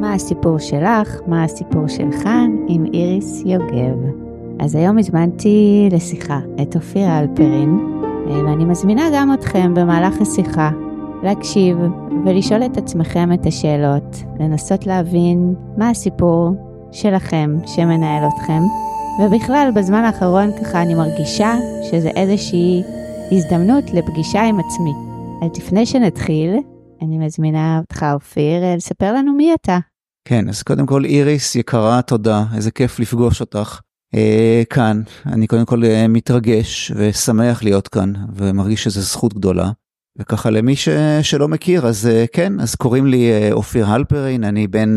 מה הסיפור שלך, מה הסיפור שלך, עם איריס יוגב. אז היום הזמנתי לשיחה את אופיר הלפרין, ואני מזמינה גם אתכם במהלך השיחה להקשיב ולשאול את עצמכם את השאלות, לנסות להבין מה הסיפור שלכם שמנהל אתכם, ובכלל בזמן האחרון ככה אני מרגישה שזה איזושהי הזדמנות לפגישה עם עצמי. אז לפני שנתחיל, אני מזמינה אותך אופיר לספר לנו מי אתה. כן, אז קודם כל איריס יקרה, תודה, איזה כיף לפגוש אותך כאן. אני קודם כל מתרגש ושמח להיות כאן, ומרגיש שזו זכות גדולה. וככה למי שלא מכיר, אז כן, אז קוראים לי אופיר הלפרין, אני בן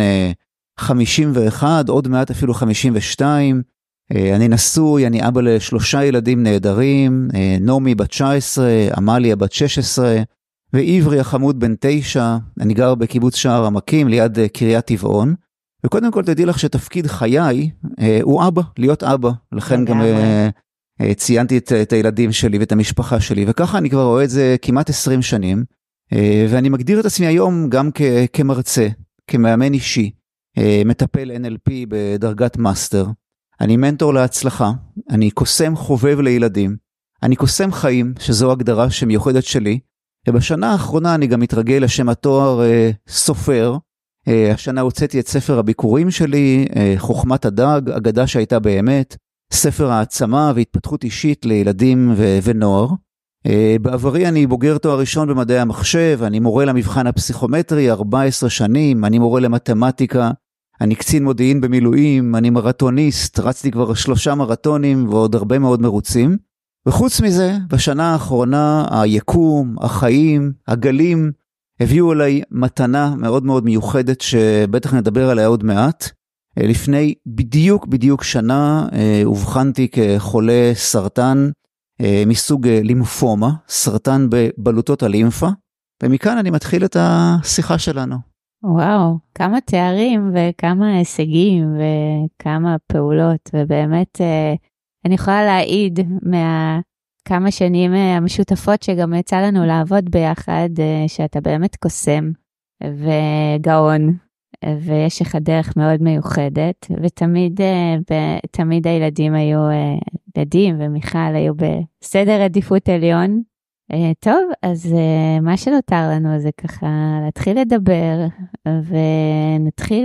51, עוד מעט אפילו 52, אני נשוי, אני אבא ל3 ילדים נהדרים, נעמי בת 19, עמליה בת 16, ועברי החמוד בן 9, אני גר בקיבוץ שער עמקים ליד קריית טבעון, וקודם כל תדעי לך שתפקיד חיי הוא אבא, להיות אבא, לכן גם ציינתי את הילדים שלי ואת המשפחה שלי, וככה אני כבר רואה את זה כמעט 20 שנים, ואני מגדיר את עצמי היום גם כמרצה, כמאמן אישי, מטפל NLP בדרגת מאסטר, אני מנטור להצלחה, אני קוסם חובב לילדים, אני קוסם חיים, שזו הגדרה שמיוחדת שלי, ובשנה האחרונה אני גם מתרגל לשם התואר סופר, השנה הוצאתי את ספר הביקורים שלי, חוכמת הדג, אגדה שהייתה באמת, ספר העצמה והתפתחות אישית לילדים ונוער. בעברי אני בוגר תואר ראשון במדעי המחשב, אני מורה למבחן הפסיכומטרי 14 שנים, אני מורה למתמטיקה, אני קצין מודיעין במילואים, אני מרתוניסט, רצתי כבר 3 מרתונים ועוד הרבה מאוד מרוצים. וחוץ מזה, בשנה האחרונה, היקום, החיים, הגלים, הביאו אליי מתנה מאוד מאוד מיוחדת, שבטח נדבר עליה עוד מעט. לפני בדיוק שנה, הובחנתי כחולה סרטן, מסוג לימפומה, סרטן בבלוטות הלימפה, ומכאן אני מתחיל את השיחה שלנו. וואו, כמה תארים וכמה הישגים וכמה פעולות, ובאמת אני יכולה להעיד כמה שנים המשותפות שגם יצא לנו לעבוד ביחד, שאתה באמת קוסם וגאון, ויש לך דרך מאוד מיוחדת, ותמיד הילדים היו ילדים, ומיכל היו בסדר עדיפות עליון. טוב, אז מה שנותר לנו זה ככה להתחיל לדבר, ונתחיל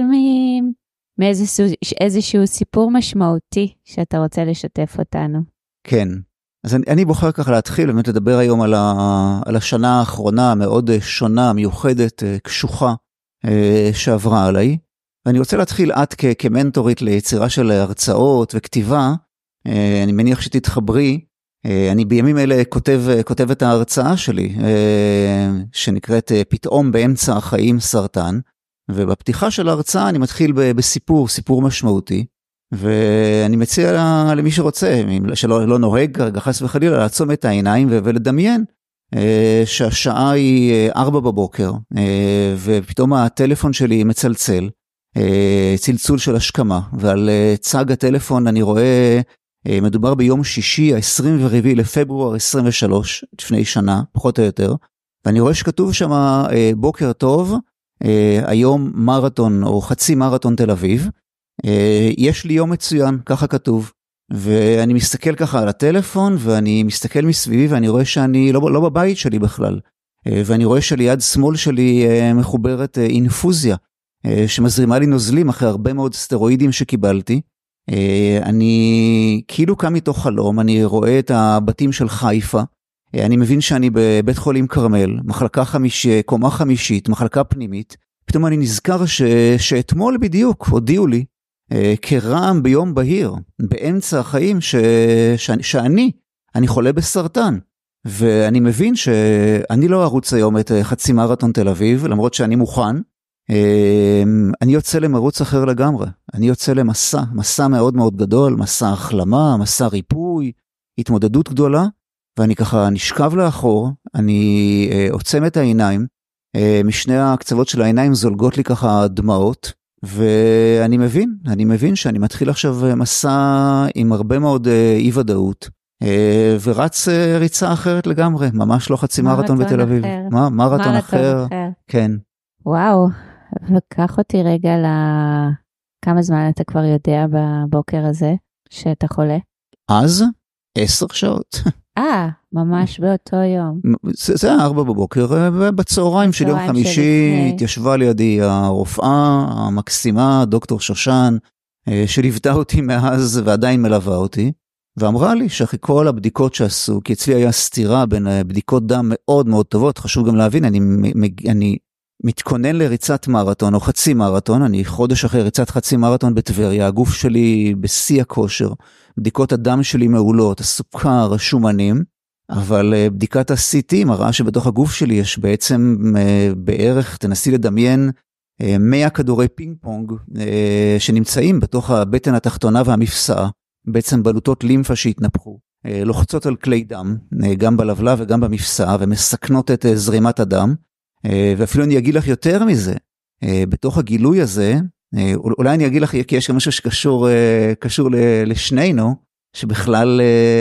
מאיזשהו סיפור משמעותי שאתה רוצה לשתף אותנו. כן, אז אני בוחר ככה להתחיל באמת לדבר היום על השנה האחרונה מאוד שונה, מיוחדת, קשוחה שעברה עליי, ואני רוצה להתחיל את כמנטורית ליצירה של הרצאות וכתיבה, אני מניח שתתחברי, אני בימים אלה כותב את ההרצאה שלי, שנקראת פתאום באמצע החיים סרטן, ובפתיחה של ההרצאה אני מתחיל סיפור משמעותי, ואני מציע למי שרוצה, שלא נוהג חס וחלילה, לעצום את העיניים ולדמיין שהשעה היא 4 בבוקר, ופתאום הטלפון שלי מצלצל, צלצול של השכמה, ועל צג הטלפון אני רואה, מדובר ביום שישי, 24 לפברואר 23, לפני שנה, פחות או יותר, ואני רואה שכתוב שם בוקר טוב, היום מרתון או חצי מרתון תל אביב, יש לי יום מצוין, ככה כתוב, ואני מסתכל ככה על הטלפון, ואני מסתכל מסביבי, ואני רואה שאני לא בבית שלי בכלל, ואני רואה שליד שמאל שלי מחוברת אינפוזיה, שמזרימה לי נוזלים אחרי הרבה מאוד סטרואידים שקיבלתי, אני כאילו קם מתוך חלום, אני רואה את הבתים של חיפה, אני מבין שאני בבית חולים קרמל, קומה 5, מחלקה פנימית, פתאום אני נזכר שאתמול בדיוק הודיעו לי, כרעם ביום בהיר, באמצע החיים, שאני חולה בסרטן, ואני מבין שאני לא ארוץ היום את חצי מרתון תל אביב, למרות שאני מוכן, אני יוצא למרוץ אחר לגמרי, אני יוצא מסע מאוד מאוד גדול, מסע החלמה, מסע ריפוי, התמודדות גדולה, ואני ככה נשכב לאחור, אני עוצם את העיניים, משני הקצוות של העיניים זולגות לי ככה דמעות, ואני מבין שאני מתחיל עכשיו מסע עם הרבה מאוד אי ודאות, ורץ ריצה אחרת לגמרי, ממש לא חצי מרתון בתל אביב. מרתון אחר. כן. וואו, וקח אותי רגע כמה זמן אתה כבר יודע בבוקר הזה שאתה חולה? אז 10 שעות. ממש באותו יום. זה 4 בבוקר, ובצהריים של יום חמישי התיישבה לידי הרופאה המקסימה, דוקטור שושן, שליוותה אותי מאז ועדיין מלווה אותי, ואמרה לי שאחרי כל הבדיקות שעשו, כי אצלי היה סתירה בין בדיקות דם מאוד מאוד טובות, חשוב גם להבין, אני מתכונן לריצת מרתון או חצי מרתון, אני חודש אחרי ריצת חצי מרתון בטבריה, הגוף שלי בשיא הכושר, בדיקות הדם שלי מעולות, הסוכר, השומנים, אבל בדיקת ה-CT מראה שבתוך הגוף שלי יש בעצם בערך, תנסי לדמיין, 100 כדורי פינג פונג שנמצאים בתוך הבטן התחתונה והמפסעה, בעצם בלוטות לימפה שהתנפחו, לוחצות על כלי דם, גם בלבלב וגם במפסעה, ומסכנות את זרימת הדם, ואפילו אני אגיד לך יותר מזה, בתוך הגילוי הזה, אולי אני אגיד לך, כי יש גם משהו שקשור לשנינו, שבכלל,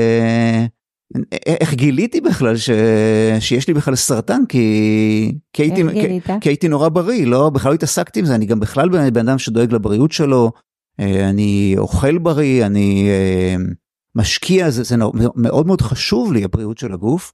איך גיליתי בכלל שיש לי בכלל סרטן, כי הייתי נורא בריא, בכלל לא התעסקתי עם זה, אני גם בכלל בן אדם שדואג לבריאות שלו, אני אוכל בריא, אני משקיע, זה מאוד מאוד חשוב לי הבריאות של הגוף,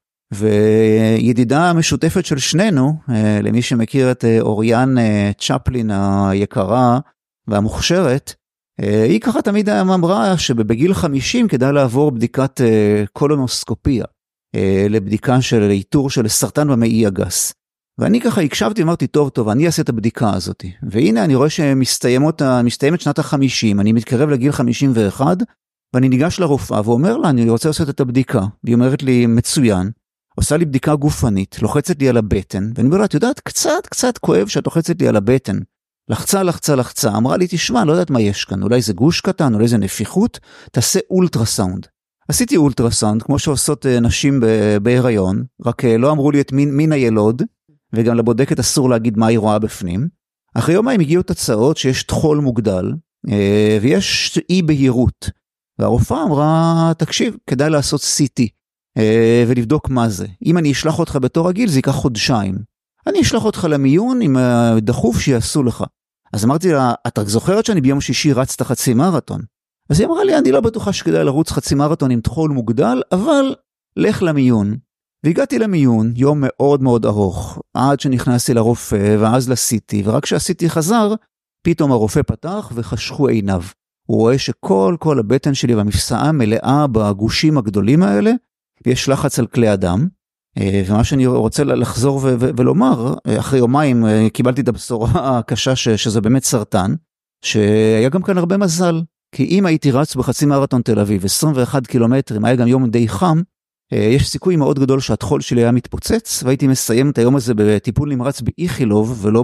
וידידה משותפת של שנינו, למי שמכיר את אוריאן צ'פלין היקרה והמוכשרת, היא ככה תמיד אמרה שבגיל 50 כדאי לעבור בדיקת קולונוסקופיה, לבדיקה של איתור של סרטן במעי הגס. ואני ככה הקשבתי, אמרתי טוב, אני אעשה את הבדיקה הזאת. והנה אני רואה שמסתיימת שנת ה-50, אני מתקרב לגיל 51, ואני ניגש לרופאה ואומר לה, אני רוצה לעשות את הבדיקה. והיא אומרת לי, מצוין, עושה לי בדיקה גופנית, לוחצת לי על הבטן, ואני אומר לה, את יודעת, קצת כואב שאת לוחצת לי על הבטן. לחצה, אמרה לי, תשמע, לא יודעת מה יש כאן, אולי זה גוש קטן, אולי זה נפיחות, תעשה אולטרסאונד. עשיתי אולטרסאונד, כמו שעושות נשים בהיריון, רק לא אמרו לי את מין הילוד, וגם לבודקת אסור להגיד מה היא רואה בפנים. אחרי יומיים הגיעו תוצאות שיש תחול מוגדל, ויש אי בהירות. והרופאה אמרה, תקשיב, כדאי לעשות CT, ולבדוק מה זה. אם אני אשלח אותך בתור רגיל, זה ייקח חודשיים. אני אשלח אותך למיון עם דחוף שיעשו לך. אז אמרתי לה, אתה זוכרת שאני ביום שישי רצת חצי מרתון? אז היא אמרה לי, אני לא בטוחה שכדאי לרוץ חצי מרתון עם תחול מוגדל, אבל לך למיון. והגעתי למיון, יום מאוד מאוד ארוך, עד שנכנסתי לרופא ואז לסיטי, ורק כשהסיטי חזר, פתאום הרופא פתח וחשכו עיניו. הוא רואה שכל הבטן שלי והמפסעה מלאה בגושים הגדולים האלה, ויש לחץ על כלי הדם, ומה שאני רוצה לחזור ולומר, אחרי יומיים קיבלתי את הבשורה הקשה שזה באמת סרטן, שהיה גם כאן הרבה מזל, כי אם הייתי רץ בחצי מרתון תל אביב, 21 קילומטרים, היה גם יום די חם, יש סיכוי מאוד גדול שהתחול שלי היה מתפוצץ, והייתי מסיים את היום הזה בטיפול נמרץ באיכילוב, ולא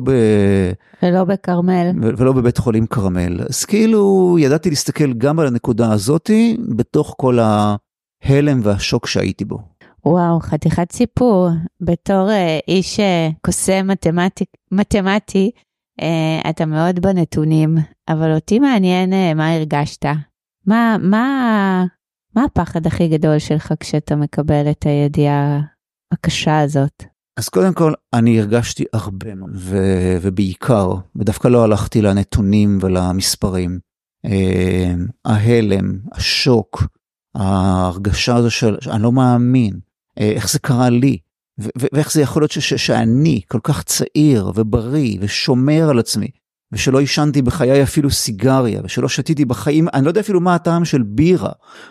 בקרמל. ולא בבית חולים קרמל. אז כאילו ידעתי להסתכל גם על הנקודה הזאת, בתוך כל ההלם והשוק שהייתי בו. וואו, חתיכת סיפור. בתור איש קוסם מתמטי, אתה מאוד בנתונים, אבל אותי מעניין מה הרגשת. מה הפחד הכי גדול שלך כשאתה מקבל את הידיעה הקשה הזאת? אז קודם כל, אני הרגשתי הרבה, ובעיקר, ודווקא לא הלכתי לנתונים ולמספרים, ההלם, השוק, ההרגשה הזו של, אני לא מאמין, איך זה קרה לי, ואיך זה יכול להיות שאני כל כך צעיר ובריא ושומר על עצמי, ושלא ישנתי בחיי אפילו סיגריה, ושלא שתיתי בחיים, אני לא יודע אפילו מה הטעם של בירה,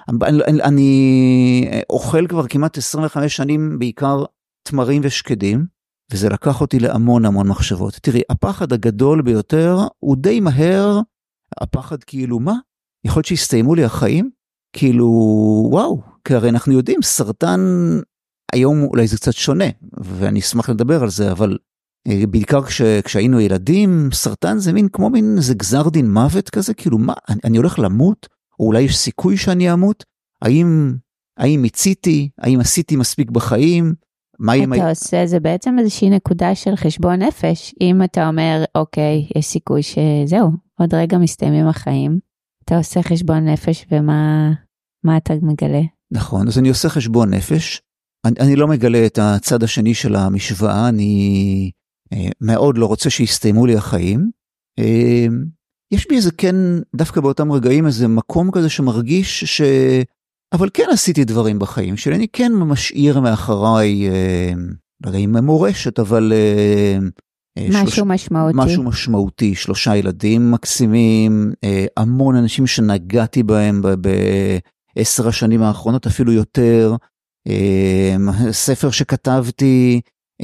אני אוכל כבר כמעט 25 שנים בעיקר תמרים ושקדים, וזה לקח אותי להמון מחשבות. תראי, הפחד הגדול ביותר הוא די מהר, הפחד כאילו מה? יכול להיות שהסתיימו לי החיים? כאילו וואו, כי הרי אנחנו יודעים, סרטן היום אולי זה קצת שונה, ואני אשמח לדבר על זה, אבל בעיקר כשהיינו ילדים, סרטן זה כמו מין זה גזר דין מוות כזה, כאילו מה, אני הולך למות, או אולי יש סיכוי שאני אמות, האם מיציתי, האם עשיתי מספיק בחיים, אתה עושה, זה בעצם איזושהי נקודה של חשבון נפש, אם אתה אומר, אוקיי, יש סיכוי שזהו, עוד רגע מסתיימים החיים, אתה עושה חשבון נפש, ומה אתה מגלה? נכון, אז אני עושה חשבון נפש, אני לא מגלה את הצד השני של המשוואה, מאוד לא רוצה שיסתיימו לי החיים. יש בי איזה כן, דווקא באותם רגעים, איזה מקום כזה שמרגיש אבל כן עשיתי דברים בחיים שלי, אני כן משאיר מאחריי, לא יודע אם מורשת, אבל משהו משמעותי, 3 ילדים מקסימים, המון אנשים שנגעתי בהם ב10 השנים האחרונות, אפילו יותר, ספר שכתבתי,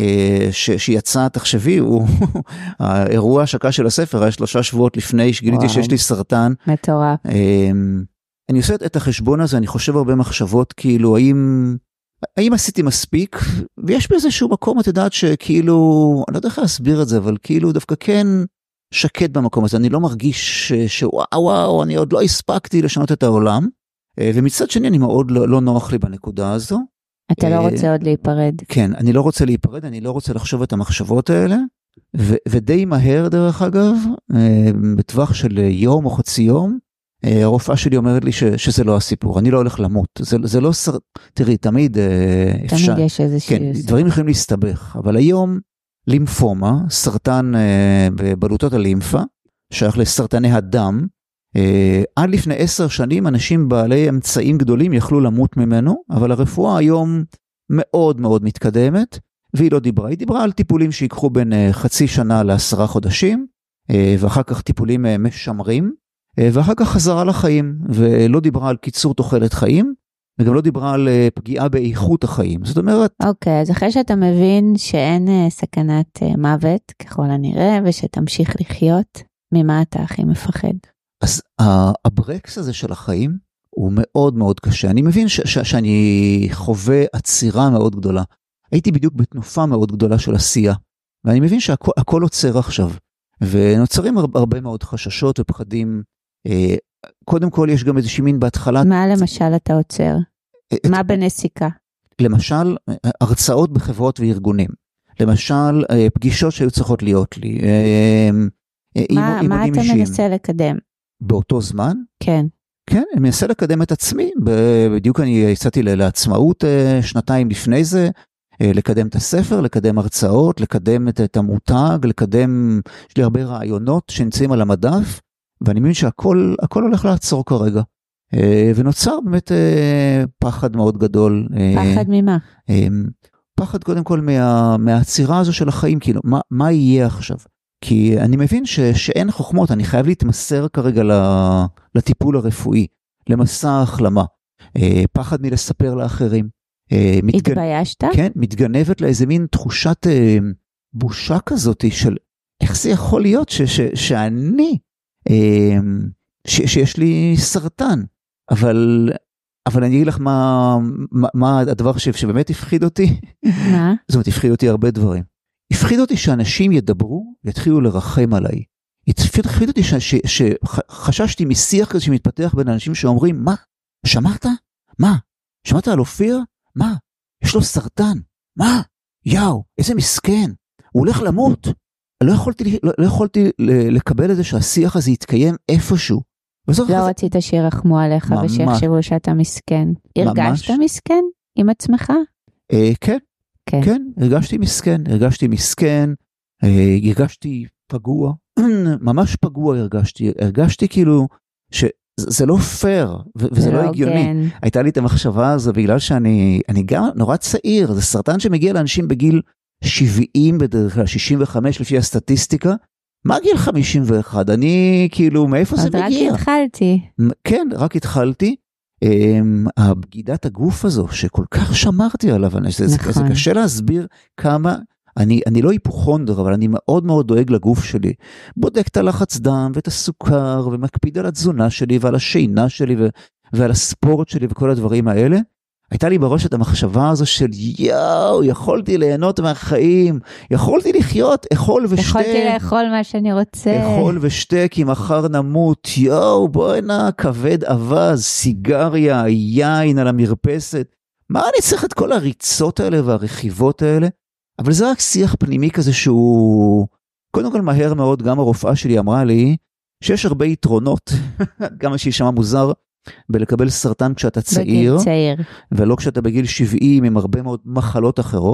שיצא, תחשבי, האירוע השקה של הספר היה 3 שבועות לפני שגיליתי שיש לי סרטן. מטורף. אני עושה את החשבון הזה, אני חושב הרבה מחשבות, כאילו, האם עשיתי מספיק? ויש באיזשהו מקום, את יודעת שכאילו, אני לא יודע איך להסביר את זה, אבל כאילו דווקא כן שקט במקום הזה, אני לא מרגיש שוואו, אני עוד לא הספקתי לשנות את העולם, ומצד שני אני מאוד לא נוח לי בנקודה הזו. אתה לא רוצה עוד להיפרד. כן, אני לא רוצה להיפרד, אני לא רוצה לחשוב את המחשבות האלה, ודי מהר דרך אגב, בטווח של יום או חצי יום, הרופאה שלי אומרת לי שזה לא הסיפור, אני לא הולך למות, זה לא תראי, תמיד אפשר, יש איזושהי... כן, דברים יכולים להסתבך, אבל היום לימפומה, סרטן בבלוטות הלימפה, שייך לסרטני הדם, עד לפני 10 שנים אנשים בעלי אמצעים גדולים יכלו למות ממנו, אבל הרפואה היום מאוד מאוד מתקדמת, והיא לא דיברה, היא דיברה על טיפולים שיקחו בין חצי שנה ל10 חודשים, ואחר כך טיפולים משמרים, ואחר כך חזרה לחיים, ולא דיברה על קיצור תוחלת חיים, וגם לא דיברה על פגיעה באיכות החיים. זאת אומרת... אוקיי, אז אחרי שאתה מבין שאין סכנת מוות, ככל הנראה, ושתמשיך לחיות, ממה אתה הכי מפחד? אז הברקס הזה של החיים, הוא מאוד מאוד קשה. אני מבין שאני חווה עצירה מאוד גדולה. הייתי בדיוק בתנופה מאוד גדולה של עשייה, ואני מבין שהכל עוצר עכשיו, ונוצרים הרבה מאוד חששות ופחדים. קודם כל יש גם איזושהי מין בהתחלה... מה למשל אתה עוצר? מה בנסיקה? למשל, הרצאות בחברות וארגונים. למשל, פגישות שהיו צריכות להיות לי. מה אתה מנסה לקדם? באותו זמן? כן. כן, אני מנסה לקדם את עצמי. בדיוק אני יצאתי לעצמאות 2 לפני זה, לקדם את הספר, לקדם הרצאות, לקדם את המותג, לקדם, יש לי הרבה רעיונות שנמצאים על המדף, ואני מבין שהכל הולך לעצור כרגע. ונוצר באמת פחד מאוד גדול. פחד ממה? פחד קודם כל מהעצירה הזו של החיים, כאילו, מה יהיה עכשיו? כי אני מבין שאין חוכמות, אני חייב להתמסר כרגע לטיפול הרפואי, למסע החלמה. פחד מלספר לאחרים. התביישת? כן, מתגנבת לאיזה מין תחושת בושה כזאת של איך זה יכול להיות שאני, שיש לי סרטן, אבל אני אגיד לך מה הדבר שבאמת הפחיד אותי. מה? זאת אומרת, הפחיד אותי הרבה דברים. הפחיד אותי שאנשים ידברו, יתחילו לרחם עליי. הפחיד אותי שחששתי משיח כזה שמתפתח בין אנשים שאומרים, מה? שמעת? מה? שמעת על אופיר? מה? יש לו סרטן. מה? יאו, איזה מסכן. הוא הולך למות. לא יכולתי לקבל את זה שהשיח הזה יתקיים איפשהו. לא רצית שירחמו עליך ושיחשבו שאתה מסכן. הרגשת מסכן עם עצמך? כן. כן, הרגשתי מסכן, הרגשתי פגוע, ממש פגוע הרגשתי כאילו שזה לא פייר, וזה לא הגיוני. הייתה לי את המחשבה הזו, בגלל שאני גם נורא צעיר, זה סרטן שמגיע לאנשים בגיל 70 בדרך כלל, 65 לפי הסטטיסטיקה, מה גיל 51? אני כאילו, מאיפה זה מגיע? רק התחלתי. כן, רק התחלתי. הבגידת הגוף הזו שכל כך שמרתי עליו, זה קשה להסביר כמה, אני לא היפוכונדר, אבל אני מאוד מאוד דואג לגוף שלי, בודק את הלחץ דם ואת הסוכר, ומקפיד על התזונה שלי ועל השינה שלי ועל הספורט שלי וכל הדברים האלה. הייתה לי בראש את המחשבה הזו של יאו, יכולתי ליהנות מהחיים, יכולתי לחיות, אכול ושתה. יכולתי לאכול מה שאני רוצה. אכול ושתה, כי מחר נמות, יאו, בואי נע, כבד אבז, סיגריה, יין על המרפסת. מה אני צריך את כל הריצות האלה והרכיבות האלה? אבל זה רק שיח פנימי כזה שהוא, קודם כל מהר מאוד, גם הרופאה שלי אמרה לי, שיש הרבה יתרונות, גם שהיא שמעה מוזר, בלקבל סרטן כשאתה צעיר, ולא כשאתה בגיל 70 עם הרבה מאוד מחלות אחרות,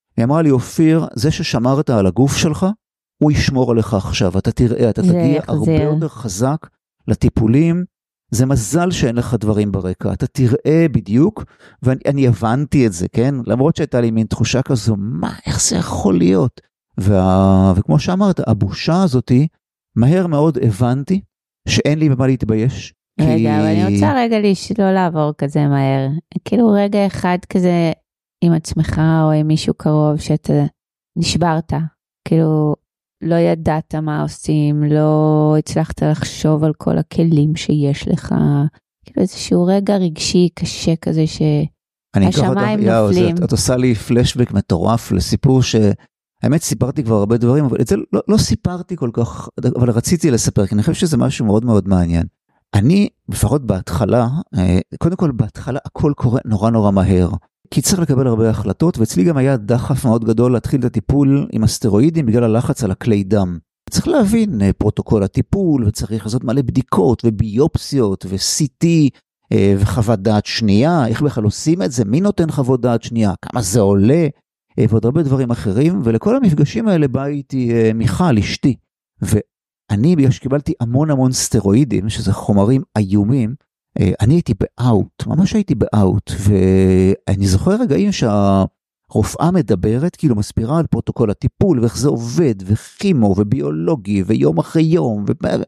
היא אמרה לי, אופיר, זה ששמרת על הגוף שלך, הוא ישמור עליך עכשיו, אתה תראה, אתה תגיע הרבה יותר חזק לטיפולים, זה מזל שאין לך דברים ברקע, אתה תראה בדיוק, ואני הבנתי את זה, כן? למרות שהייתה לי מין תחושה כזו, מה, איך זה יכול להיות? וכמו שאמרת, הבושה הזאת, מהר מאוד הבנתי, שאין לי במה להתבייש. רגע, אבל אני רוצה רגע לא לעבור כזה מהר, כאילו רגע אחד כזה, עם עצמך או עם מישהו קרוב, שאתה נשברת, כאילו, לא ידעת מה עושים, לא הצלחת לחשוב על כל הכלים שיש לך, כאילו איזשהו רגע רגשי קשה כזה שהשמיים נופלים. את עושה לי פלשבק מטורף לסיפור האמת סיפרתי כבר הרבה דברים, אבל את זה לא סיפרתי כל כך, אבל רציתי לספר, כי אני חושב שזה משהו מאוד מאוד מעניין. אני, לפחות בהתחלה, קודם כל בהתחלה הכל קורה נורא נורא מהר. כי צריך לקבל הרבה החלטות, ואצלי גם היה דחף מאוד גדול להתחיל את הטיפול עם הסטרואידים בגלל הלחץ על הכלי דם. צריך להבין פרוטוקול הטיפול, וצריך לעשות מלא בדיקות וביופסיות ו-CT וחוות דעת שנייה, איך בכלל עושים את זה, מי נותן חוות דעת שנייה, כמה זה עולה, ועוד הרבה דברים אחרים, ולכל המפגשים האלה באה איתי מיכל, אשתי, ואני בגלל שקיבלתי המון סטרואידים, שזה חומרים איומים, אני הייתי באוט, ממש הייתי באוט, ואני זוכר רגעים שהרופאה מדברת, כאילו מסבירה על פרוטוקול הטיפול, ואיך זה עובד, וכימו, וביולוגי, ויום אחרי יום,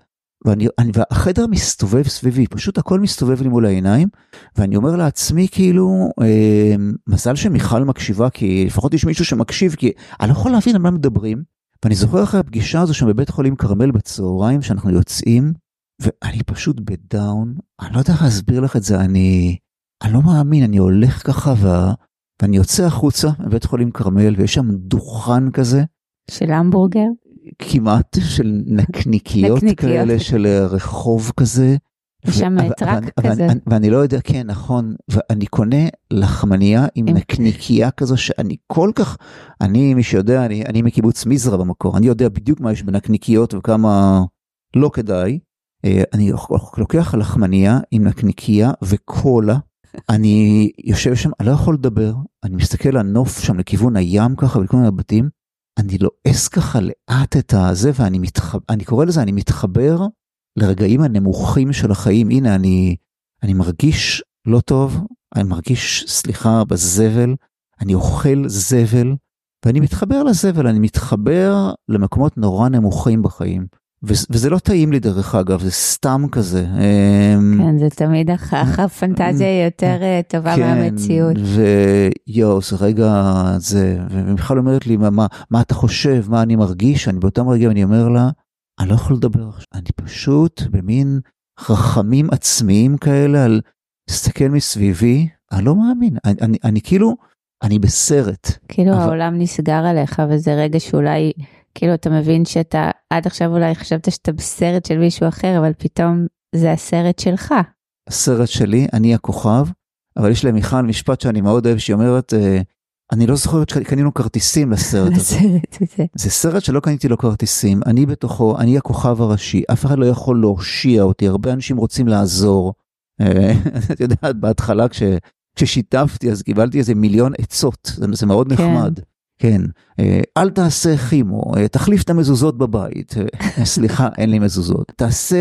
והחדר מסתובב סביבי, פשוט הכל מסתובב לי מול העיניים, ואני אומר לעצמי כאילו, מזל שמיכל מקשיבה, כי לפחות יש מישהו שמקשיב, כי אני לא יכול להבין על מה מדברים, ואני זוכר אחרי הפגישה הזו שם בבית חולים קרמל בצהריים, שאנחנו יוצאים, ואני פשוט בדאון, אני לא יודע איך להסביר לך את זה, אני לא מאמין, אני הולך ככה, ואני יוצא החוצה מבית חולים קרמל, ויש שם דוכן כזה. של המבורגר? כמעט, של נקניקיות כאלה, של רחוב כזה. ושם טרק כזה. ואני לא יודע, כן, נכון, ואני קונה לחמניה עם נקניקייה כזו, שאני כל כך, מי שיודע, אני מקיבוץ מזרע במקור, אני יודע בדיוק מה יש בנקניקיות, וכמה לא כדאי, אני לוקח לחמניה עם נקניקייה וקולה, אני יושב שם, אני לא יכול לדבר, אני מסתכל על הנוף שם לכיוון הים ככה, ולכיוון הבתים, אני לועס ככה לאט את הזה, ואני קורא לזה, אני מתחבר לרגעים הנמוכים של החיים. הנה, אני מרגיש לא טוב, אני מרגיש, סליחה, בזבל, אני אוכל זבל, ואני מתחבר לזבל, אני מתחבר למקומות נורא נמוכים בחיים. וזה לא טעים לי דרך אגב, זה סתם כזה. כן, זה תמיד הפנטזיה היא יותר טובה מהמציאות. ויו, זה רגע זה, ומיכל אומרת לי, מה אתה חושב, מה אני מרגיש, אני באותם רגעים אני אומר לה, אני לא יכול לדבר, אני פשוט במין רחמים עצמיים כאלה, על להסתכל מסביבי, אני לא מאמין, אני כאילו, אני בסרט. כאילו העולם נסגר עליך, וזה רגע שאולי, כאילו אתה מבין שאתה, עד עכשיו אולי חשבת שאתה בסרט של מישהו אחר, אבל פתאום זה הסרט שלך. הסרט שלי, אני הכוכב, אבל יש למיכל משפט שאני מאוד אוהב, שהיא אומרת, אני לא זוכרת שקנינו כרטיסים לסרט הזה. זה סרט שלא קניתי לו כרטיסים, אני בתוכו, אני הכוכב הראשי, אף אחד לא יכול להושיע אותי, הרבה אנשים רוצים לעזור. את יודעת, בהתחלה כששיתפתי, אז קיבלתי איזה 1,000,000 עצות, זה מאוד נחמד. כן, אל תעשה כימו, תחליף את המזוזות בבית, סליחה, אין לי מזוזות.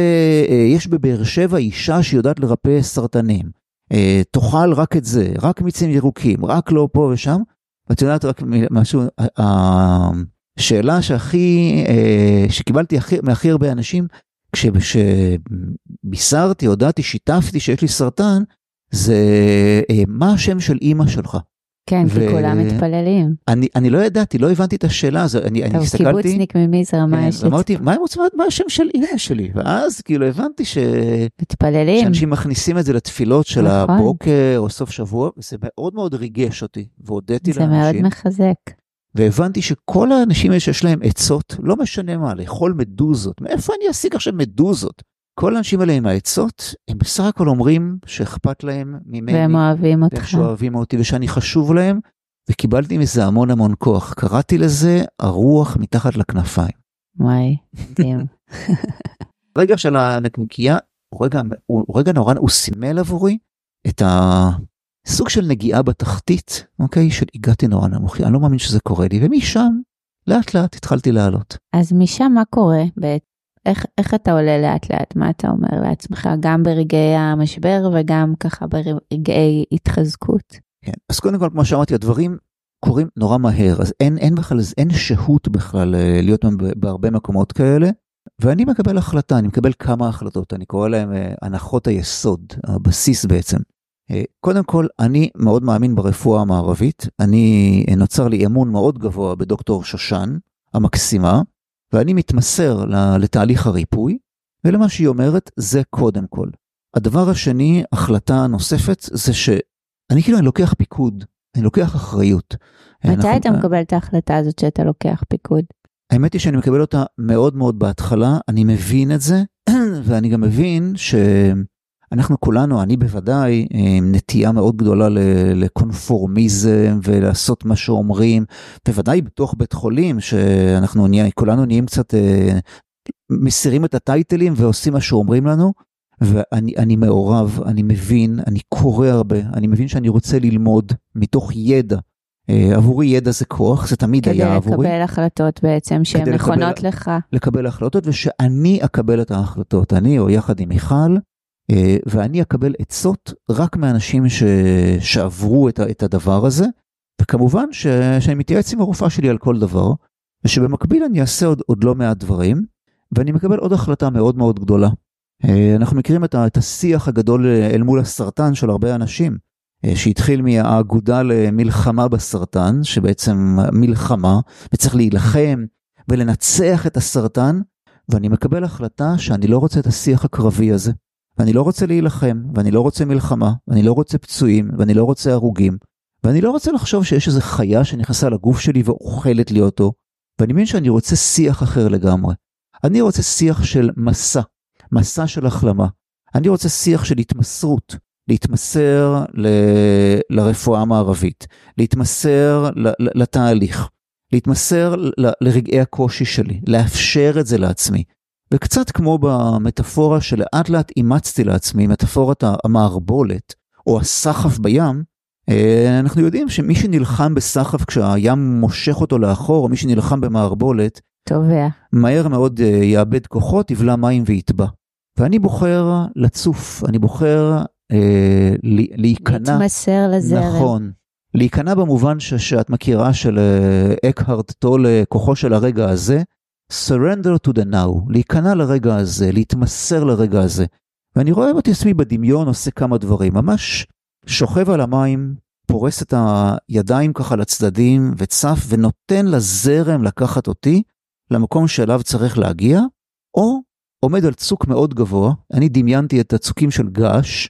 יש בבאר שבע אישה שיודעת לרפא סרטנים, תאכל רק את זה, רק מיצים ירוקים, רק לא פה ושם, ואת יודעת רק משהו, השאלה שקיבלתי מהכי הרבה אנשים, כשבישרתי, הודעתי, שיתפתי שיש לי סרטן, זה מה השם של אמא שלך? כן, כי כולם מתפללים. אני לא ידעתי, לא הבנתי את השאלה הזו, אני הסתכלתי. טוב, קיבוצניק ממזרע, מה יש? אמרתי, מה הם רוצים, מה השם של אמא שלי? ואז כאילו הבנתי מתפללים. שאנשים מכניסים את זה לתפילות של הבוקר או סוף שבוע, וזה מאוד מאוד ריגש אותי, והודיתי לאנשים. זה מאוד מחזק. והבנתי שכל האנשים שיש להם עצות, לא משנה מה, לאכול מדוזות, מאיפה אני אשיג עכשיו מדוזות? כל האנשים האלה עם העצות, הם בסך הכל אומרים שאכפת להם ממני. והם אוהבים אותך. שאוהבים אותי ושאני חשוב להם, וקיבלתי מזה המון כוח. קראתי לזה הרוח מתחת לכנפיים. וואי, מדהים. רגע של הנקניקייה, הוא רגע נורא, הוא סימל עבורי את סוג של נגיעה בתחתית, אוקיי, של הגעתי נורא נמוך, אני לא מאמין שזה קורה לי, ומשם לאט לאט התחלתי לעלות. אז משם מה קורה? איך אתה עולה לאט לאט? מה אתה אומר לעצמך? גם ברגעי המשבר וגם ככה ברגעי התחזקות? כן, אז קודם כל, כמו שאמרתי, הדברים קורים נורא מהר, אז אין שהות בכלל להיות בהרבה מקומות כאלה, ואני מקבל החלטה, אני מקבל כמה החלטות, אני קורא להם הנחות היסוד, הבסיס בעצם. קודם כל, אני מאוד מאמין ברפואה המערבית, נוצר לי אמון מאוד גבוה בדוקטור שושן, המקסימה, ואני מתמסר לתהליך הריפוי, ולמה שהיא אומרת, זה קודם כל. הדבר השני, החלטה נוספת, זה שאני כאילו אני לוקח פיקוד, אני לוקח אחריות. מתי אתה מקבל את ההחלטה הזאת שאתה לוקח פיקוד? האמת היא שאני מקבל אותה מאוד מאוד בהתחלה, אני מבין את זה, ואני גם מבין שאנחנו כולנו, אני בוודאי, נטייה מאוד גדולה לקונפורמיזם ולעשות מה שאומרים, בוודאי בתוך בית חולים, שאנחנו כולנו נהיים קצת, מסירים את הטייטלים ועושים מה שאומרים לנו, ואני מעורב, אני מבין, אני קורא הרבה, אני מבין שאני רוצה ללמוד מתוך ידע, עבורי ידע זה כוח, זה תמיד היה עבורי. כדי לקבל החלטות בעצם שהן נכונות לך. לקבל החלטות, ושאני אקבל את ההחלטות, אני או יחד עם מיכל, ואני אקבל עצות רק מאנשים שעברו את הדבר הזה, וכמובן שאני מתייעץ עם הרופאה שלי על כל דבר, ושבמקביל אני אעשה עוד לא מעט דברים, ואני מקבל עוד החלטה מאוד מאוד גדולה. אנחנו מכירים את השיח הגדול אל מול הסרטן של הרבה אנשים, שהתחיל מהאגודה למלחמה בסרטן, שבעצם מלחמה, וצריך להילחם ולנצח את הסרטן, ואני מקבל החלטה שאני לא רוצה את השיח הקרבי הזה, ואני לא רוצה להילחם, ואני לא רוצה מלחמה, ואני לא רוצה פצועים, ואני לא רוצה הרוגים, ואני לא רוצה לחשוב שיש איזו חיה שנכנסה לגוף שלי ואוכלת לי אותו, ואני מבין שאני רוצה שיח אחר לגמרי. אני רוצה שיח של מסע של החלמה. אני רוצה שיח של התמסרות, להתמסר לרפואה המערבית, להתמסר לתהליך, להתמסר לרגעי הקושי שלי, לאפשר את זה לעצמי. וקצת כמו במטאפורה שלאט לאט אימצתי לעצמי, מטאפורת המערבולת, או הסחף בים, אנחנו יודעים שמי שנלחם בסחף כשהים מושך אותו לאחור, או מי שנלחם במערבולת, טובע. מהר מאוד יאבד כוחות, יבלע מים ויתבע. ואני בוחר לצוף, אני בוחר להיכנע. להתמסר לזרם. נכון. להיכנע במובן שאת מכירה של אקהרט טול, כוחו של הרגע הזה, surrender to the now, להיכנע לרגע הזה, להתמסר לרגע הזה. ואני רואה את עצמי בדמיון עושה כמה דברים, ממש שוכב על המים, פורס את הידיים ככה לצדדים וצף ונותן לזרם לקחת אותי למקום שאליו צריך להגיע, או עומד על צוק מאוד גבוה, אני דמיינתי את הצוקים של גש,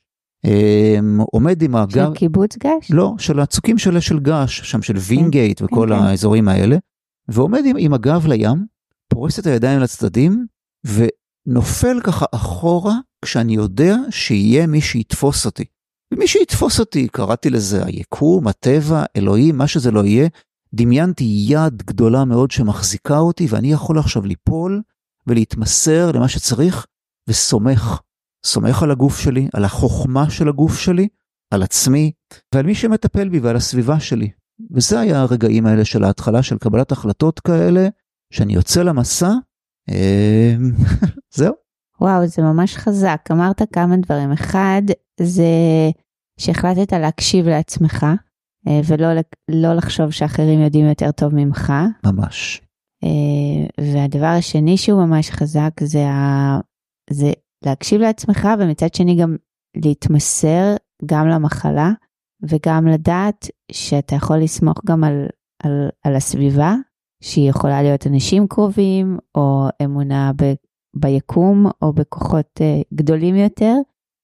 עומד עם הגב... של קיבוץ גש? לא, של הצוקים של גש, שם של וינגייט וכל האזורים האלה, ועומד עם הגב לים, פורס את הידיים לצדדים, ונופל ככה אחורה, כשאני יודע שיהיה מי שיתפוס אותי. ומי שיתפוס אותי, קראתי לזה היקום, הטבע, אלוהים, מה שזה לא יהיה, דמיינתי יד גדולה מאוד שמחזיקה אותי, ואני יכול עכשיו ליפול ולהתמסר למה שצריך, וסומך על הגוף שלי, על החוכמה של הגוף שלי, על עצמי, ועל מי שמטפל בי ועל הסביבה שלי. וזה היה הרגעים האלה של ההתחלה של קבלת החלטות כאלה, שאני יוצא למסע, זהו. וואו, זה ממש חזק. אמרת כמה דברים. אחד, זה שהחלטת להקשיב לעצמך, ולא לחשוב שאחרים יודעים יותר טוב ממך. ממש. והדבר השני שהוא ממש חזק, זה להקשיב לעצמך, ומצד שני גם להתמסר גם למחלה, וגם לדעת שאתה יכול לסמוך גם על הסביבה, שהיא יכולה להיות אנשים קרובים, או אמונה ביקום, או בכוחות גדולים יותר,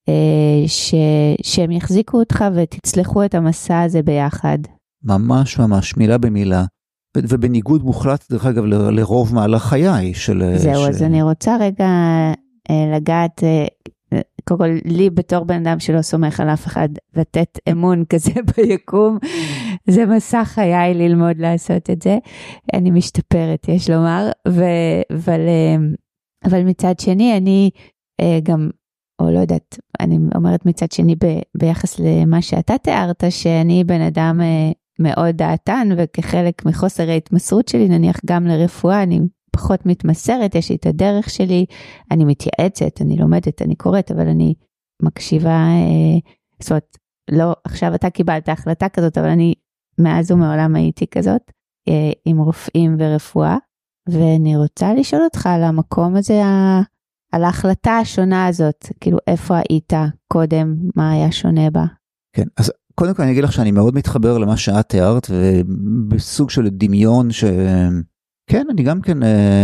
שהם יחזיקו אותך ותצלחו את המסע הזה ביחד. ממש ממש, מילה במילה. ובניגוד מוחלט, דרך אגב, לרוב מהלך חיי של... זהו, אז אני רוצה רגע לגעת, קודם כל, לי בתור בן אדם שלא סומך על אף אחד, לתת אמון כזה ביקום, זה מסע חיי ללמוד לעשות את זה. אני משתפרת, יש לומר, אבל מצד שני, אני גם או לא יודעת, אני אומרת מצד שני ביחס למה שאתה תיארת, שאני בן אדם מאוד דעתן, וכחלק מחוסר ההתמסרות שלי, נניח גם לרפואה, אני פחות מתמסרת, יש לי את הדרך שלי, אני מתייעצת, אני לומדת, אני קוראת, אבל אני מקשיבה, זאת אומרת, לא, עכשיו אתה קיבלת החלטה כזאת, אבל אני מאז ומעולם הייתי כזאת, עם רופאים ורפואה, ואני רוצה לשאול אותך על המקום הזה, על ההחלטה השונה הזאת, כאילו איפה היית קודם, מה היה שונה בה? כן, אז קודם כל אני אגיד לך שאני מאוד מתחבר למה שאת תיארת, ובסוג של דמיון כן, אני גם כן